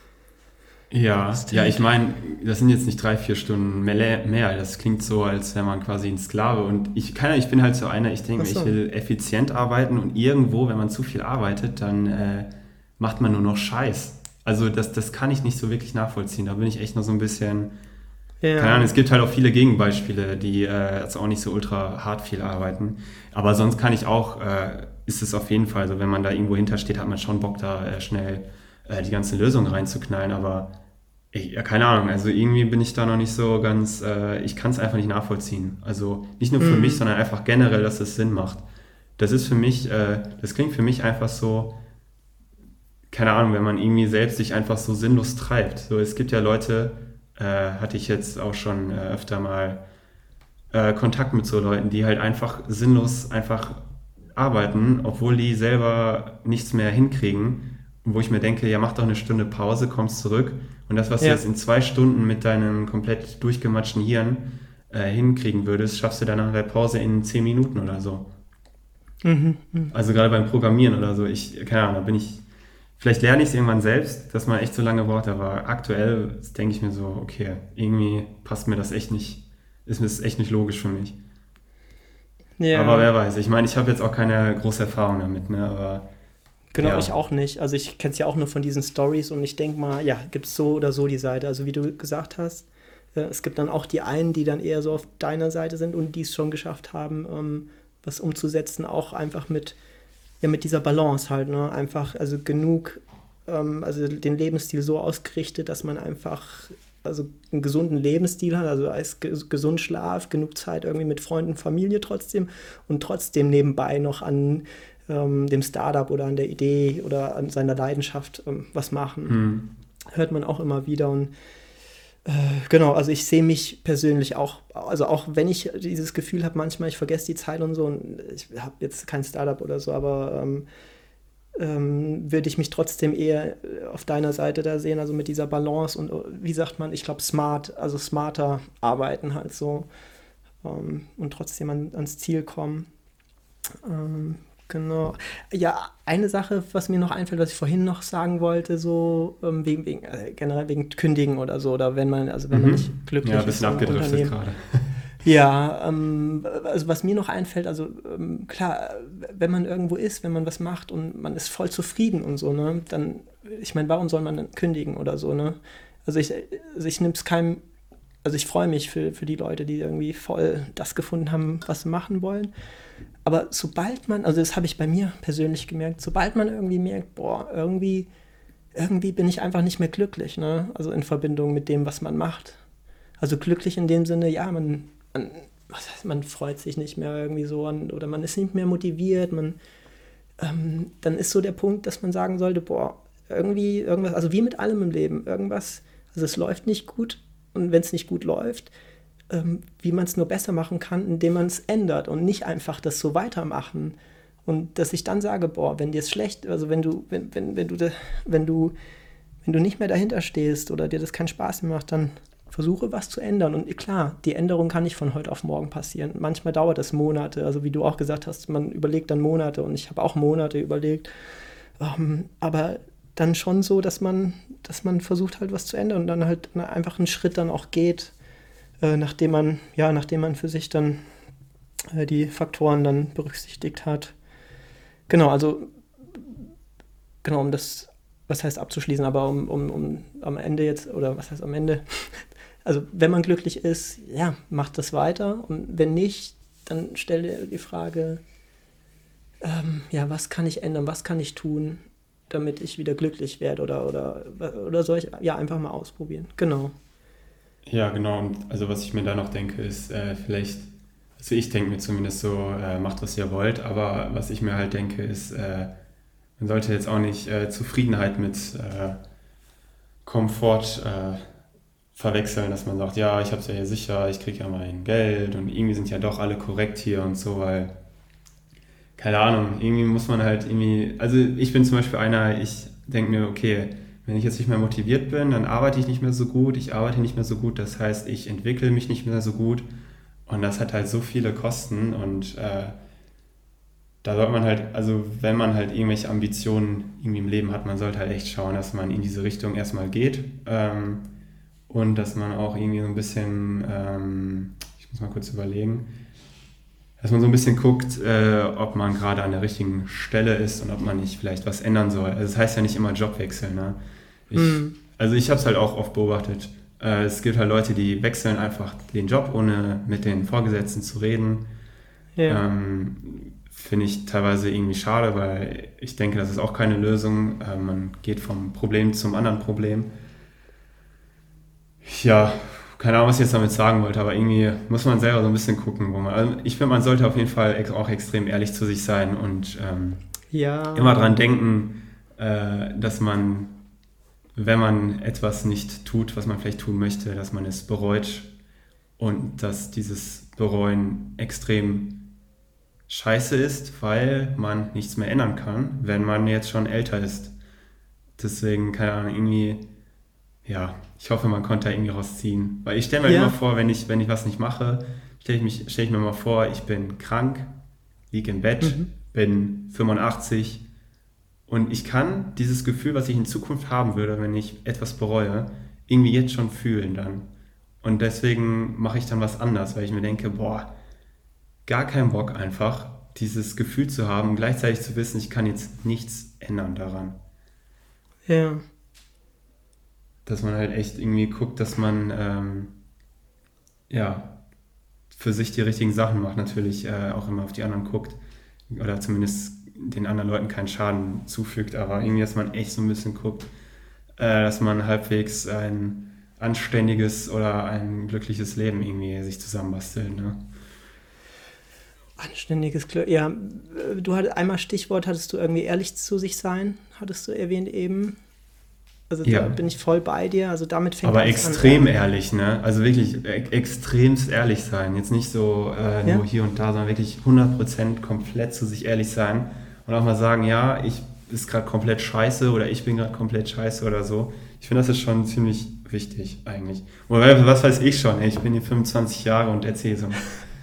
ja, Das ja, denke ich ich. meine, das sind jetzt nicht drei, vier Stunden mehr, mehr. Das klingt so, als wäre man quasi ein Sklave. Und ich kann, ich bin halt so einer, ich denke Ach mir, ich so. will effizient arbeiten und irgendwo, wenn man zu viel arbeitet, dann äh, macht man nur noch Scheiß. Also das, das kann ich nicht so wirklich nachvollziehen. Da bin ich echt noch so ein bisschen, keine Ahnung, Ja. es gibt halt auch viele Gegenbeispiele, die äh, jetzt auch nicht so ultra hart viel arbeiten. Aber sonst kann ich auch, äh, ist es auf jeden Fall so, wenn man da irgendwo hintersteht, hat man schon Bock, da äh, schnell äh, die ganzen Lösungen reinzuknallen. Aber ich, ja, keine Ahnung, also irgendwie bin ich da noch nicht so ganz, äh, ich kann es einfach nicht nachvollziehen. Also nicht nur für mich, Mm. sondern einfach generell, dass es Sinn macht. Das ist für mich, äh, das klingt für mich einfach so, keine Ahnung, wenn man irgendwie selbst sich einfach so sinnlos treibt. So, es gibt ja Leute, äh, hatte ich jetzt auch schon äh, öfter mal äh, Kontakt mit so Leuten, die halt einfach sinnlos einfach arbeiten, obwohl die selber nichts mehr hinkriegen. Und wo ich mir denke, ja, mach doch eine Stunde Pause, kommst zurück und das, was du Ja. jetzt in zwei Stunden mit deinem komplett durchgematschten Hirn äh, hinkriegen würdest, schaffst du dann nach der Pause in zehn Minuten oder so. Mhm. Mhm. Also gerade beim Programmieren oder so, ich, keine Ahnung, da bin ich, vielleicht lerne ich es irgendwann selbst, dass man echt so lange braucht, aber aktuell denke ich mir so, okay, irgendwie passt mir das echt nicht, ist mir das echt nicht logisch für mich. Aber Ja. wer weiß, ich meine, ich habe jetzt auch keine große Erfahrung damit, ne, aber Genau, ich ja, auch nicht. Also ich kenne es ja auch nur von diesen Stories und ich denke mal, ja, gibt es so oder so die Seite. Also wie du gesagt hast, äh, es gibt dann auch die einen, die dann eher so auf deiner Seite sind und die es schon geschafft haben, ähm, was umzusetzen, auch einfach mit, ja, mit dieser Balance halt, ne? Einfach, also genug, ähm, also den Lebensstil so ausgerichtet, dass man einfach also einen gesunden Lebensstil hat, also als gesund Schlaf, genug Zeit irgendwie mit Freunden, Familie trotzdem und trotzdem nebenbei noch an ähm, dem Startup oder an der Idee oder an seiner Leidenschaft ähm, was machen. Hm. Hört man auch immer wieder und äh, genau, also ich sehe mich persönlich auch, also auch wenn ich dieses Gefühl habe, manchmal ich vergesse die Zeit und so und ich habe jetzt kein Startup oder so, aber ähm, ähm, würde ich mich trotzdem eher auf deiner Seite da sehen, also mit dieser Balance und wie sagt man, ich glaube smart, also smarter arbeiten halt so ähm, und trotzdem an, ans Ziel kommen. Ähm, genau. Ja, eine Sache, was mir noch einfällt, was ich vorhin noch sagen wollte, so ähm, wegen, wegen äh, generell wegen Kündigen oder so, oder wenn man, also wenn man Mhm. nicht glücklich Ja, ein ist bisschen im abgedriftet Unternehmen. gerade. Ja, ähm, also was mir noch einfällt, also ähm, klar, wenn man irgendwo ist, wenn man was macht und man ist voll zufrieden und so, ne, dann, ich meine, warum soll man dann kündigen oder so, ne? Also ich, also ich nehme es keinem, also ich freue mich für, für die Leute, die irgendwie voll das gefunden haben, was sie machen wollen. Aber sobald man, also das habe ich bei mir persönlich gemerkt, sobald man irgendwie merkt, boah, irgendwie, irgendwie bin ich einfach nicht mehr glücklich, ne? Also in Verbindung mit dem, was man macht. Also glücklich in dem Sinne, ja, man, man, was heißt, man freut sich nicht mehr irgendwie so an oder man ist nicht mehr motiviert, man, ähm, dann ist so der Punkt, dass man sagen sollte, boah, irgendwie irgendwas, also wie mit allem im Leben, irgendwas, also es läuft nicht gut und wenn es nicht gut läuft, ähm, wie man es nur besser machen kann, indem man es ändert und nicht einfach das so weitermachen. Und dass ich dann sage, boah, wenn dir es schlecht, also wenn du, wenn, wenn, wenn du, de, wenn du, wenn du nicht mehr dahinter stehst oder dir das keinen Spaß mehr macht, dann versuche was zu ändern. Und klar, die Änderung kann nicht von heute auf morgen passieren. Manchmal dauert es Monate, also wie du auch gesagt hast, man überlegt dann Monate und ich habe auch Monate überlegt. Ähm, aber dann schon so, dass man, dass man versucht halt was zu ändern und dann halt einfach einen Schritt dann auch geht, äh, nachdem man, ja, nachdem man für sich dann äh, die Faktoren dann berücksichtigt hat. Genau, also genau, um das, was heißt abzuschließen, aber um, um, um am Ende jetzt, oder was heißt am Ende, also wenn man glücklich ist, ja, macht das weiter und wenn nicht, dann stell dir die Frage, ähm, ja, was kann ich ändern, was kann ich tun, damit ich wieder glücklich werde oder, oder, oder soll ich ja einfach mal ausprobieren, genau. Ja, genau. Und also was ich mir da noch denke, ist äh, vielleicht, also ich denke mir zumindest so, äh, macht was ihr wollt, aber was ich mir halt denke, ist, äh, man sollte jetzt auch nicht äh, Zufriedenheit mit äh, Komfort äh, verwechseln, dass man sagt, ja, ich habe es ja hier sicher, ich kriege ja mein Geld und irgendwie sind ja doch alle korrekt hier und so, weil, keine Ahnung, irgendwie muss man halt irgendwie, also ich bin zum Beispiel einer, ich denke mir, okay, wenn ich jetzt nicht mehr motiviert bin, dann arbeite ich nicht mehr so gut, ich arbeite nicht mehr so gut, das heißt, ich entwickle mich nicht mehr so gut und das hat halt so viele Kosten und äh, da sollte man halt, also wenn man halt irgendwelche Ambitionen irgendwie im Leben hat, man sollte halt echt schauen, dass man in diese Richtung erstmal geht ähm, und dass man auch irgendwie so ein bisschen, ähm, ich muss mal kurz überlegen, dass man so ein bisschen guckt, äh, ob man gerade an der richtigen Stelle ist und ob man nicht vielleicht was ändern soll. Also das heißt ja nicht immer Jobwechsel, ne? Ich, mm. Also ich habe es halt auch oft beobachtet. Äh, es gibt halt Leute, die wechseln einfach den Job, ohne mit den Vorgesetzten zu reden. Ja. Ähm, finde ich teilweise irgendwie schade, weil ich denke, das ist auch keine Lösung. Äh, man geht vom Problem zum anderen Problem. Ja, keine Ahnung, was ich jetzt damit sagen wollte, aber irgendwie muss man selber so ein bisschen gucken, wo man. Also ich finde, man sollte auf jeden Fall ex- auch extrem ehrlich zu sich sein und ähm, ja. immer dran denken, äh, dass man, wenn man etwas nicht tut, was man vielleicht tun möchte, dass man es bereut und dass dieses Bereuen extrem scheiße ist, weil man nichts mehr ändern kann, wenn man jetzt schon älter ist. Deswegen, keine Ahnung, irgendwie, ja, ich hoffe, man konnte da irgendwie rausziehen. Weil ich stelle mir ja. immer vor, wenn ich, wenn ich was nicht mache, stelle ich, mich, stell ich mir mal vor, ich bin krank, liege im Bett, mhm. bin fünfundachtzig und ich kann dieses Gefühl, was ich in Zukunft haben würde, wenn ich etwas bereue, irgendwie jetzt schon fühlen dann. Und deswegen mache ich dann was anders, weil ich mir denke, boah, gar keinen Bock einfach, dieses Gefühl zu haben, gleichzeitig zu wissen, ich kann jetzt nichts ändern daran. Ja. Dass man halt echt irgendwie guckt, dass man ähm, ja, für sich die richtigen Sachen macht, natürlich äh, auch immer auf die anderen guckt. oder zumindest den anderen Leuten keinen Schaden zufügt, aber irgendwie, dass man echt so ein bisschen guckt, äh, dass man halbwegs ein anständiges oder ein glückliches Leben irgendwie sich zusammenbastelt, ne? Anständiges Glück. Ja, äh, du hattest einmal Stichwort, hattest du irgendwie ehrlich zu sich sein, hattest du erwähnt eben. Also Ja. da bin ich voll bei dir. Also damit fängt Aber alles an. extrem ehrlich, ne? Also wirklich e extremst ehrlich sein. Jetzt nicht so äh, Ja. nur hier und da, sondern wirklich hundert Prozent komplett zu sich ehrlich sein. Und auch mal sagen, ja, ich ist gerade komplett scheiße oder ich bin gerade komplett scheiße oder so. Ich finde, das ist schon ziemlich wichtig eigentlich. Oder was weiß ich schon, ey, ich bin hier fünfundzwanzig Jahre und erzähle so,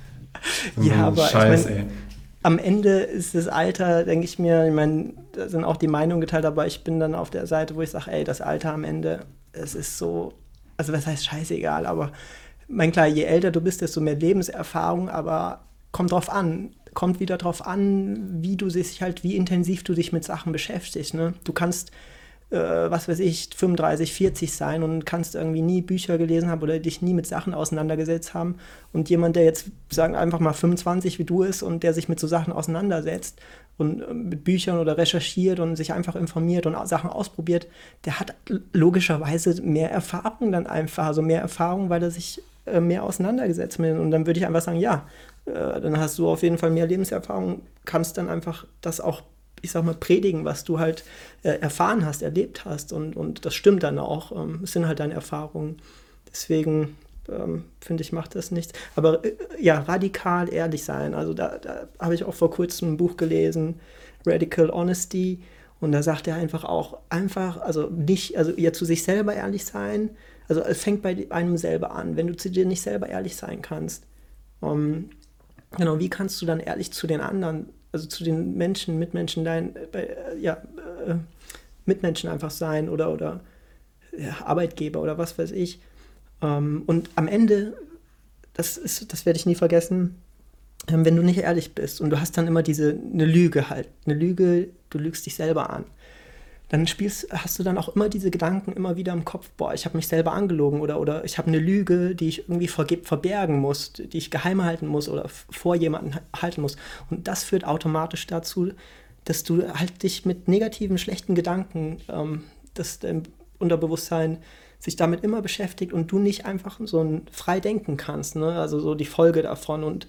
so Ja, einen aber ich Scheiß, mein- ey. Am Ende ist das Alter, denke ich mir, ich meine, da sind auch die Meinungen geteilt, aber ich bin dann auf der Seite, wo ich sage, ey, das Alter am Ende, es ist so, also was heißt scheißegal, aber mein klar, je älter du bist, desto mehr Lebenserfahrung, aber kommt drauf an, kommt wieder drauf an, wie du dich halt, wie intensiv du dich mit Sachen beschäftigst, ne? Du kannst, äh, was weiß ich, fünfunddreißig, vierzig sein und kannst irgendwie nie Bücher gelesen haben oder dich nie mit Sachen auseinandergesetzt haben. Und jemand, der jetzt, sagen einfach mal fünfundzwanzig wie du ist und der sich mit so Sachen auseinandersetzt und äh, mit Büchern oder recherchiert und sich einfach informiert und Sachen ausprobiert, der hat logischerweise mehr Erfahrung dann einfach, also mehr Erfahrung, weil er sich äh, mehr auseinandergesetzt mit. Und dann würde ich einfach sagen, ja, äh, dann hast du auf jeden Fall mehr Lebenserfahrung, kannst dann einfach das auch, ich sag mal, predigen, was du halt äh, erfahren hast, erlebt hast. Und, und das stimmt dann auch. Ähm, es sind halt deine Erfahrungen. Deswegen ähm, finde ich, macht das nichts. Aber äh, ja, radikal ehrlich sein. Also da, da habe ich auch vor kurzem ein Buch gelesen, Radical Honesty. Und da sagt er einfach auch, einfach, also nicht, also ja, zu sich selber ehrlich sein. Also es fängt bei einem selber an. Wenn du zu dir nicht selber ehrlich sein kannst, ähm, genau, wie kannst du dann ehrlich zu den anderen, also zu den Menschen, Mitmenschen, dein, äh, ja, äh, Mitmenschen einfach sein oder, oder ja, Arbeitgeber oder was weiß ich. Ähm, und am Ende, das ist, das werde ich nie vergessen, ähm, wenn du nicht ehrlich bist und du hast dann immer diese, eine Lüge halt, eine Lüge, du lügst dich selber an. Dann spielst, hast du dann auch immer diese Gedanken immer wieder im Kopf, boah, ich habe mich selber angelogen oder, oder ich habe eine Lüge, die ich irgendwie verge- verbergen muss, die ich geheim halten muss oder f- vor jemandem halten muss. Und das führt automatisch dazu, dass du halt dich mit negativen, schlechten Gedanken, ähm, dass dein Unterbewusstsein sich damit immer beschäftigt und du nicht einfach so ein frei denken kannst, ne? Also so die Folge davon und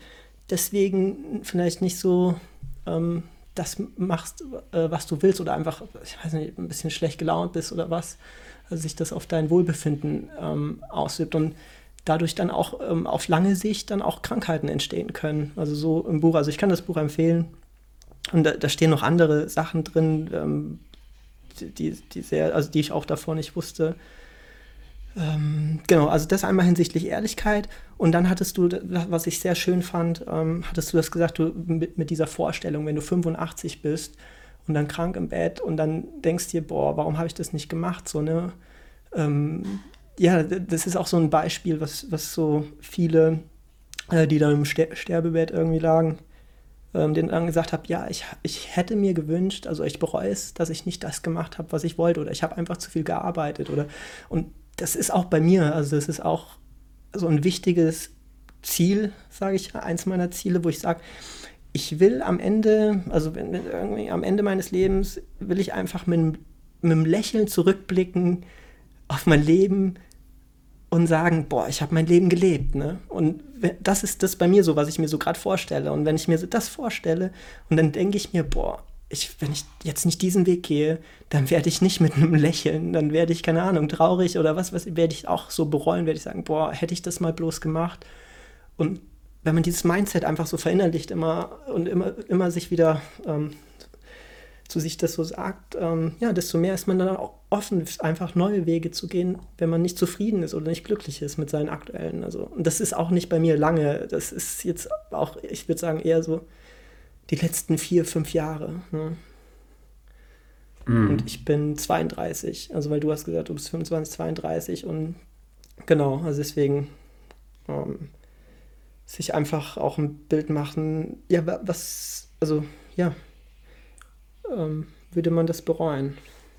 deswegen vielleicht nicht so ähm, das machst, äh, was du willst oder einfach, ich weiß nicht, ein bisschen schlecht gelaunt bist oder was, also sich das auf dein Wohlbefinden ähm, ausübt und dadurch dann auch ähm, auf lange Sicht dann auch Krankheiten entstehen können. Also so im Buch, also ich kann das Buch empfehlen und da, da stehen noch andere Sachen drin, ähm, die, die sehr, also die ich auch davor nicht wusste. Ähm, genau, also das einmal hinsichtlich Ehrlichkeit und dann hattest du, was ich sehr schön fand, ähm, hattest du das gesagt, du mit, mit dieser Vorstellung, wenn du fünfundachtzig bist und dann krank im Bett und dann denkst dir, boah, warum habe ich das nicht gemacht, so, ne? Ähm, ja, das ist auch so ein Beispiel, was, was so viele, äh, die dann im Ster- Sterbebett irgendwie lagen, ähm, denen dann gesagt habe, ja, ich, ich hätte mir gewünscht, also ich bereue es, dass ich nicht das gemacht habe, was ich wollte oder ich habe einfach zu viel gearbeitet oder und das ist auch bei mir, also das ist auch so ein wichtiges Ziel, sage ich, eins meiner Ziele, wo ich sage, ich will am Ende, also wenn, wenn irgendwie am Ende meines Lebens, will ich einfach mit, einem- mit einem Lächeln zurückblicken auf mein Leben und sagen, boah, ich habe mein Leben gelebt, ne? Und we- das ist das bei mir so, was ich mir so gerade vorstelle. Und wenn ich mir so das vorstelle und dann denke ich mir, boah, ich, wenn ich jetzt nicht diesen Weg gehe, dann werde ich nicht mit einem Lächeln, dann werde ich, keine Ahnung, traurig oder was, was werde ich auch so bereuen, werde ich sagen, boah, hätte ich das mal bloß gemacht. Und wenn man dieses Mindset einfach so verinnerlicht immer und immer, immer sich wieder ähm, zu sich das so sagt, ähm, ja, desto mehr ist man dann auch offen, einfach neue Wege zu gehen, wenn man nicht zufrieden ist oder nicht glücklich ist mit seinen aktuellen. Also, und das ist auch nicht bei mir lange, das ist jetzt auch, ich würde sagen, eher so die letzten vier, fünf Jahre. Ne? Mhm. Und ich bin zweiunddreißig, also weil du hast gesagt, du bist fünfundzwanzig, zweiunddreißig und genau, also deswegen ähm, sich einfach auch ein Bild machen, ja, wa- was, also ja, ähm, würde man das bereuen.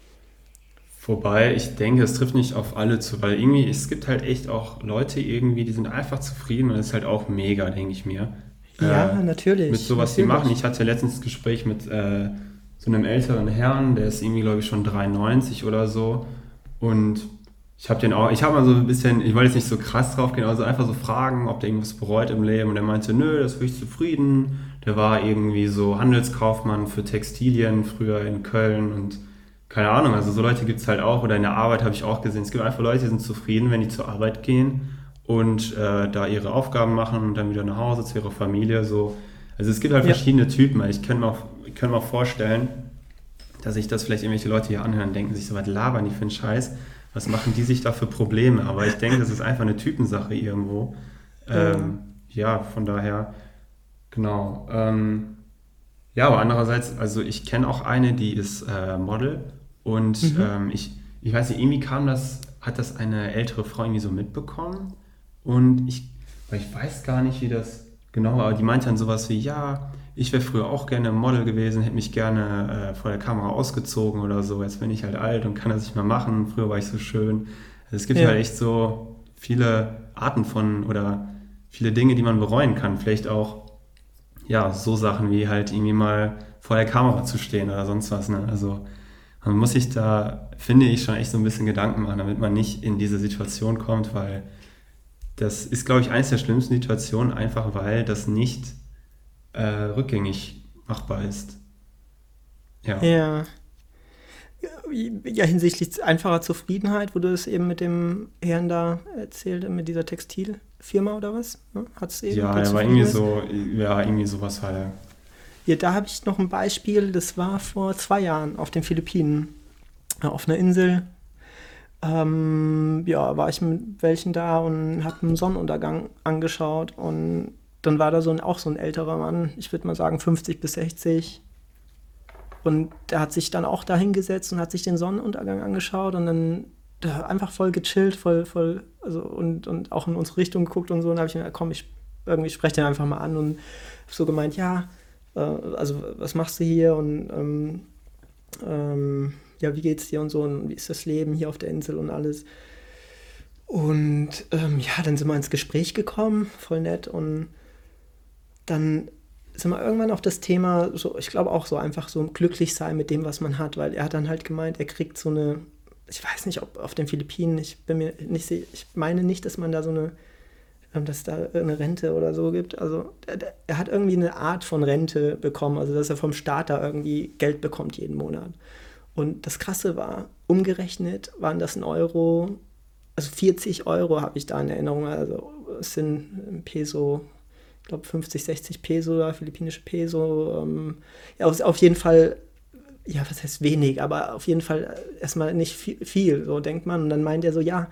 Wobei ich denke, es trifft nicht auf alle zu, weil irgendwie, es gibt halt echt auch Leute irgendwie, die sind einfach zufrieden und das ist halt auch mega, denke ich mir. Ja, äh, natürlich. mit sowas natürlich. die machen. Ich hatte letztens das Gespräch mit äh, so einem älteren Herrn, der ist irgendwie, glaube ich, schon dreiundneunzig oder so. Und ich habe den auch, ich habe mal so ein bisschen, ich wollte jetzt nicht so krass drauf gehen, also einfach so fragen, ob der irgendwas bereut im Leben. Und der meinte, nö, der ist wirklich zufrieden. Der war irgendwie so Handelskaufmann für Textilien früher in Köln und keine Ahnung, also so Leute gibt es halt auch. Oder in der Arbeit habe ich auch gesehen, es gibt einfach Leute, die sind zufrieden, wenn die zur Arbeit gehen und äh, da ihre Aufgaben machen und dann wieder nach Hause zu ihrer Familie. So. Also es gibt halt Ja. verschiedene Typen. Ich könnte mir, auch, ich könnte mir auch vorstellen, dass sich das vielleicht irgendwelche Leute hier anhören und denken sich so, was labern die für einen Scheiß? Was machen die sich da für Probleme? Aber ich denke, das ist einfach eine Typensache irgendwo. Ähm, ja, von daher, genau. Ähm, ja, aber andererseits, also ich kenne auch eine, die ist äh, Model und Mhm. ähm, ich, ich weiß nicht, irgendwie kam das, hat das eine ältere Frau irgendwie so mitbekommen und ich, weil ich weiß gar nicht, wie das genau war, aber die meinte dann sowas wie, ja, ich wäre früher auch gerne Model gewesen, hätte mich gerne äh, vor der Kamera ausgezogen oder so, jetzt bin ich halt alt und kann das nicht mehr machen, früher war ich so schön. Also es gibt Ja. halt echt so viele Arten von oder viele Dinge, die man bereuen kann, vielleicht auch ja, so Sachen wie halt irgendwie mal vor der Kamera zu stehen oder sonst was. Ne? Also man muss sich da, finde ich, schon echt so ein bisschen Gedanken machen, damit man nicht in diese Situation kommt, weil das ist, glaube ich, eines der schlimmsten Situationen, einfach weil das nicht äh, rückgängig machbar ist. Ja. Ja. Ja, hinsichtlich einfacher Zufriedenheit, wo du es eben mit dem Herrn da erzählt, mit dieser Textilfirma oder was? Ne? Hat's eben Ja, mit er war irgendwie Zufriedenheit? so, ja, irgendwie sowas war der. Ja, da habe ich noch ein Beispiel, das war vor zwei Jahren auf den Philippinen, ja, auf einer Insel. Ähm, ja, war ich mit welchen da und habe einen Sonnenuntergang angeschaut und dann war da so ein, auch so ein älterer Mann, ich würde mal sagen fünfzig bis sechzig. Und der hat sich dann auch da hingesetzt und hat sich den Sonnenuntergang angeschaut und dann da einfach voll gechillt, voll, voll, also und, und auch in unsere Richtung geguckt und so. Und da habe ich mir gedacht, komm, ich irgendwie spreche den einfach mal an und hab so gemeint, ja, äh, also was machst du hier und ähm, ähm, ja, wie geht's dir und so und wie ist das Leben hier auf der Insel und alles. Und ähm, ja, dann sind wir ins Gespräch gekommen, voll nett und dann sind wir irgendwann auf das Thema, so, ich glaube auch so einfach so glücklich sein mit dem, was man hat, weil er hat dann halt gemeint, er kriegt so eine, ich weiß nicht, ob auf den Philippinen, ich bin mir nicht sicher, ich meine nicht, dass man da so eine, ähm, dass da eine Rente oder so gibt, also er, er hat irgendwie eine Art von Rente bekommen, also dass er vom Staat da irgendwie Geld bekommt jeden Monat. Und das Krasse war, umgerechnet waren das ein Euro, also vierzig Euro habe ich da in Erinnerung, also es sind Peso, ich glaube fünfzig, sechzig Peso oder philippinische Peso. Ähm, ja, auf, auf jeden Fall, ja, was heißt wenig, aber auf jeden Fall erstmal nicht viel, viel, so denkt man. Und dann meint er so, ja,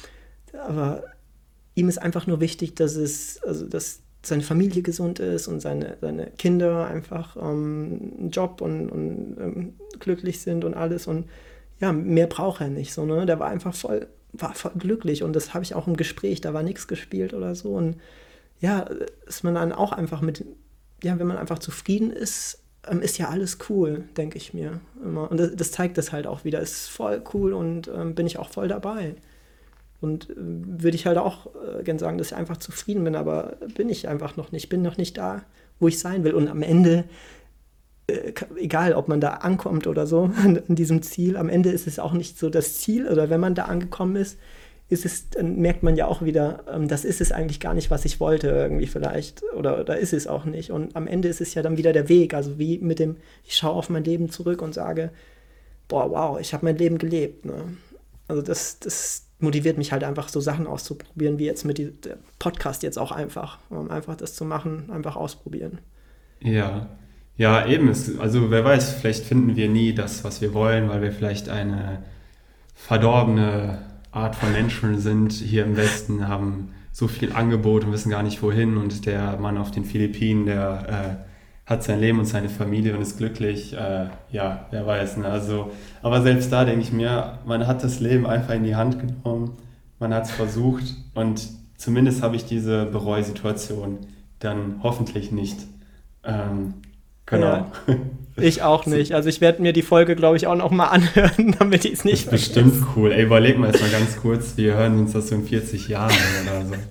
aber ihm ist einfach nur wichtig, dass es, also dass seine Familie gesund ist und seine, seine Kinder einfach ähm, einen Job und, und ähm, glücklich sind und alles. Und ja, mehr braucht er nicht. So, ne? Der war einfach voll, war voll glücklich. Und das habe ich auch im Gespräch, da war nichts gespielt oder so. Und ja, ist man dann auch einfach mit, ja, wenn man einfach zufrieden ist, ähm, ist ja alles cool, denke ich mir immer. Und das, das zeigt das halt auch wieder. Ist voll cool und ähm, bin ich auch voll dabei. Und äh, würde ich halt auch äh, gern sagen, dass ich einfach zufrieden bin, aber bin ich einfach noch nicht. Bin noch nicht da, wo ich sein will. Und am Ende, äh, egal ob man da ankommt oder so, an, an diesem Ziel, am Ende ist es auch nicht so das Ziel. Oder wenn man da angekommen ist, ist es, dann merkt man ja auch wieder, ähm, das ist es eigentlich gar nicht, was ich wollte irgendwie vielleicht. Oder, oder ist es auch nicht. Und am Ende ist es ja dann wieder der Weg. Also wie mit dem, ich schaue auf mein Leben zurück und sage, boah, wow, ich habe mein Leben gelebt. Ne? Also das, das motiviert mich halt einfach, so Sachen auszuprobieren, wie jetzt mit dem Podcast jetzt auch einfach. Um einfach das zu machen, einfach ausprobieren. Ja, ja, eben. Es, also wer weiß, vielleicht finden wir nie das, was wir wollen, weil wir vielleicht eine verdorbene Art von Menschen sind hier im Westen, haben so viel Angebot und wissen gar nicht wohin. Und der Mann auf den Philippinen, der äh, hat sein Leben und seine Familie und ist glücklich. Äh, ja, wer weiß. Ne? Also, aber selbst da denke ich mir, man hat das Leben einfach in die Hand genommen, man hat es versucht und zumindest habe ich diese Bereusituation dann hoffentlich nicht. Ähm, genau. Ja, ich auch nicht. Also ich werde mir die Folge, glaube ich, auch noch mal anhören, damit ich es nicht Das ist bestimmt cool. Ey, überleg mal jetzt mal ganz kurz, wir hören uns das so in vierzig Jahren oder so.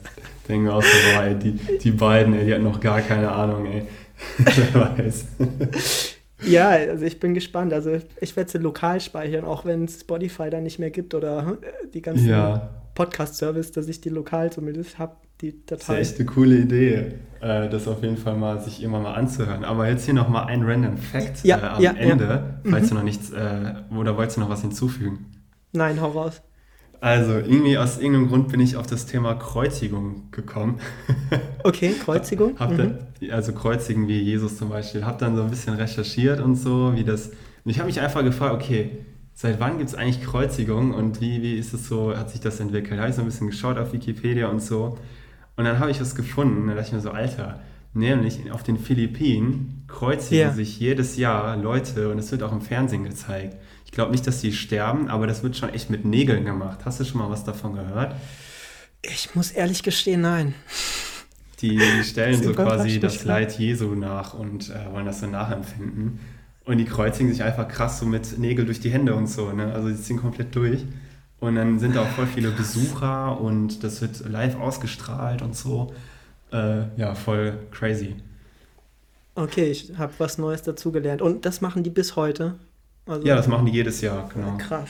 Denken wir auch so, boah, ey, die, die beiden, ey, die hatten noch gar keine Ahnung, ey. Wer weiß. Ja, also ich bin gespannt. Also ich werde sie lokal speichern, auch wenn es Spotify dann nicht mehr gibt oder die ganzen Ja. Podcast-Service, dass ich die lokal zumindest habe, die Das ist ja Datei. echt eine coole Idee, äh, das auf jeden Fall mal sich irgendwann mal anzuhören. Aber jetzt hier nochmal ein random Fact Ja, äh, am ja, ja. Ende, falls Mhm. du noch nichts, äh, oder wolltest du noch was hinzufügen? Nein, hau raus. Also, irgendwie aus irgendeinem Grund bin ich auf das Thema Kreuzigung gekommen. Okay, Kreuzigung. Hab Mhm. dann, also Kreuzigen wie Jesus zum Beispiel, hab dann so ein bisschen recherchiert und so, wie das. Und ich habe mich einfach gefragt, okay, seit wann gibt es eigentlich Kreuzigung und wie, wie ist es so, hat sich das entwickelt? Da habe ich so ein bisschen geschaut auf Wikipedia und so. Und dann habe ich was gefunden, da dachte ich mir so, Alter, nämlich auf den Philippinen kreuzigen Ja. sich jedes Jahr Leute und es wird auch im Fernsehen gezeigt. Ich glaube nicht, dass die sterben, aber das wird schon echt mit Nägeln gemacht. Hast du schon mal was davon gehört? Ich muss ehrlich gestehen, nein. Die, die stellen Das so überrascht quasi mich das grad. Leid Jesu nach und äh, wollen das so nachempfinden. Und die kreuzigen sich einfach krass so mit Nägel durch die Hände und so. Ne? Also die ziehen komplett durch. Und dann sind da auch voll viele Besucher und das wird live ausgestrahlt und so. Äh, ja, voll crazy. Okay, ich habe was Neues dazugelernt. Und das machen die bis heute. Also, Ja, das machen die jedes Jahr, genau. krass.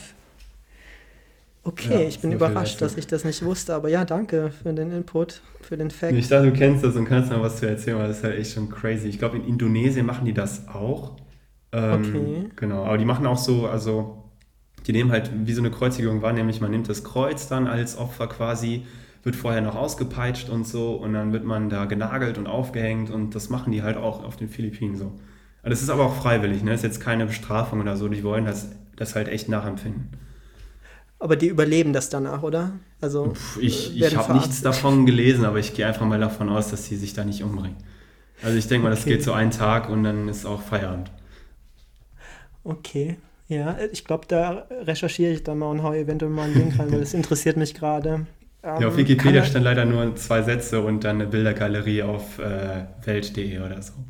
Okay, Ja, ich bin so viel überrascht, dazu. dass ich das nicht wusste. Aber ja, danke für den Input, für den Fact. Ich dachte, du kennst das und kannst noch was zu erzählen, weil das ist halt echt schon crazy. Ich glaube, in Indonesien machen die das auch. Ähm, Okay. Genau, aber die machen auch so, also die nehmen halt wie so eine Kreuzigung wahr, nämlich man nimmt das Kreuz dann als Opfer quasi, wird vorher noch ausgepeitscht und so und dann wird man da genagelt und aufgehängt und das machen die halt auch auf den Philippinen so. Also das ist aber auch freiwillig, ne? Das ist jetzt keine Bestrafung oder so, die wollen das, das halt echt nachempfinden. Aber die überleben das danach, oder? Also Pff, Ich, äh, ich werden habe nichts verarztet. davon gelesen, aber ich gehe einfach mal davon aus, dass sie sich da nicht umbringen. Also ich denke mal, das Okay. geht so einen Tag und dann ist auch Feierabend. Okay, ja, ich glaube, da recherchiere ich dann mal und hau eventuell mal einen Link rein, weil das interessiert mich gerade. Ja, auf Ähm, Wikipedia kann er- stand leider nur zwei Sätze und dann eine Bildergalerie auf äh, welt punkt de oder so.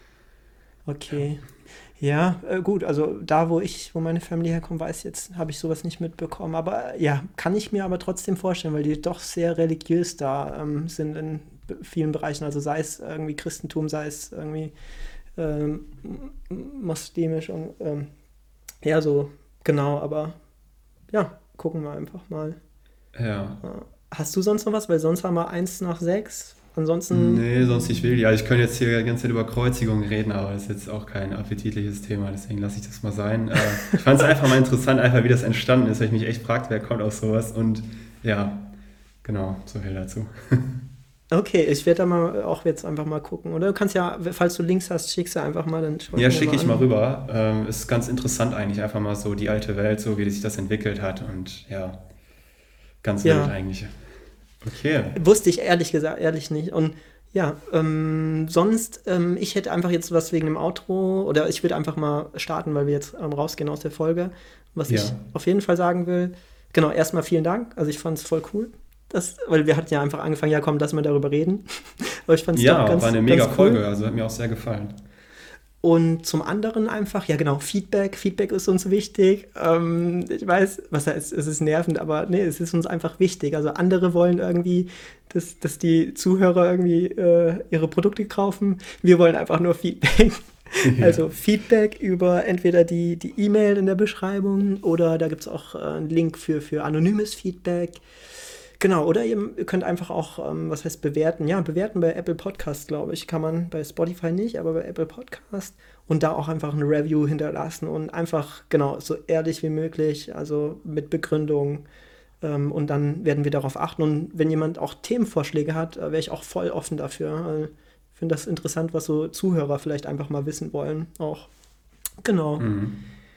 Okay. Ja, äh, gut, also da, wo ich, wo meine Family herkommt, weiß jetzt, habe ich sowas nicht mitbekommen. Aber äh, ja, kann ich mir aber trotzdem vorstellen, weil die doch sehr religiös da ähm, sind in b- vielen Bereichen. Also sei es irgendwie Christentum, sei es irgendwie ähm, m- muslimisch und ähm, ja, so genau, aber ja, gucken wir einfach mal. Ja. Äh, Hast du sonst noch was? Weil sonst haben wir eins nach sechs. Ansonsten, Nee, sonst nicht wild. Ja, ich könnte jetzt hier die ganze Zeit über Kreuzigung reden, aber das ist jetzt auch kein appetitliches Thema, deswegen lasse ich das mal sein. Äh, ich fand es einfach mal interessant, einfach wie das entstanden ist, weil ich mich echt fragte, wer kommt auf sowas und ja, genau, so viel dazu. okay, ich werde da mal auch jetzt einfach mal gucken. Oder du kannst ja, falls du Links hast, schickst du einfach mal, dann schau Ja, mir schicke ich mal an. rüber. Ähm, ist ganz interessant eigentlich, einfach mal so die alte Welt, so wie sich das entwickelt hat und ja, ganz Ja. wild eigentlich. Okay. Wusste ich ehrlich gesagt, ehrlich nicht. Und ja, ähm, sonst, ähm, ich hätte einfach jetzt was wegen dem Outro, oder ich würde einfach mal starten, weil wir jetzt ähm, rausgehen aus der Folge. Was Ja. ich auf jeden Fall sagen will, genau, erstmal vielen Dank. Also ich fand es voll cool. Das, weil wir hatten ja einfach angefangen, ja komm, lass mal darüber reden. Aber ich fand es Ja, doch ganz, war eine mega ganz cool. Folge, also hat mir auch sehr gefallen. Und zum anderen einfach, ja genau, Feedback. Feedback ist uns wichtig. Ähm, ich weiß, was heißt, es ist nervend, aber nee, es ist uns einfach wichtig. Also andere wollen irgendwie, dass, dass die Zuhörer irgendwie äh, ihre Produkte kaufen. Wir wollen einfach nur Feedback. Also Feedback über entweder die die E-Mail in der Beschreibung oder da gibt es auch äh, einen Link für, für anonymes Feedback. Genau, oder ihr könnt einfach auch, ähm, was heißt bewerten? Ja, bewerten bei Apple Podcast, glaube ich. Kann man bei Spotify nicht, aber bei Apple Podcast. Und da auch einfach eine Review hinterlassen und einfach, genau, so ehrlich wie möglich, also mit Begründung. Ähm, und dann werden wir darauf achten. Und wenn jemand auch Themenvorschläge hat, äh, wäre ich auch voll offen dafür. Äh, Ich finde das interessant, was so Zuhörer vielleicht einfach mal wissen wollen. Auch. Genau. Mhm.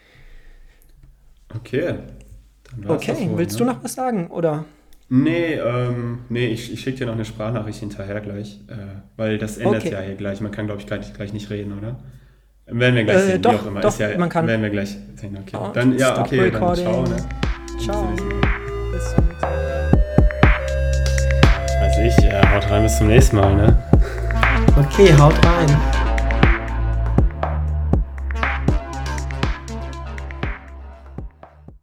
Okay. Dann war's Okay, das wohl, willst ne? du noch was sagen? Oder? Nee, ähm, nee, ich, ich schicke dir noch eine Sprachnachricht hinterher gleich, äh, weil das endet Okay. ja hier gleich. Man kann, glaube ich, gleich, gleich nicht reden, oder? Werden wir gleich Äh, sehen, wie doch, auch immer. doch, ist ja, man kann. Werden wir gleich sehen, okay. Ah, Dann, ja, stop okay, dann recording. ciao, ne? Ciao. Bis zum nächsten Mal. Bis zum nächsten Mal. Weiß ich, ja, haut rein, bis zum nächsten Mal, ne? Okay, haut rein.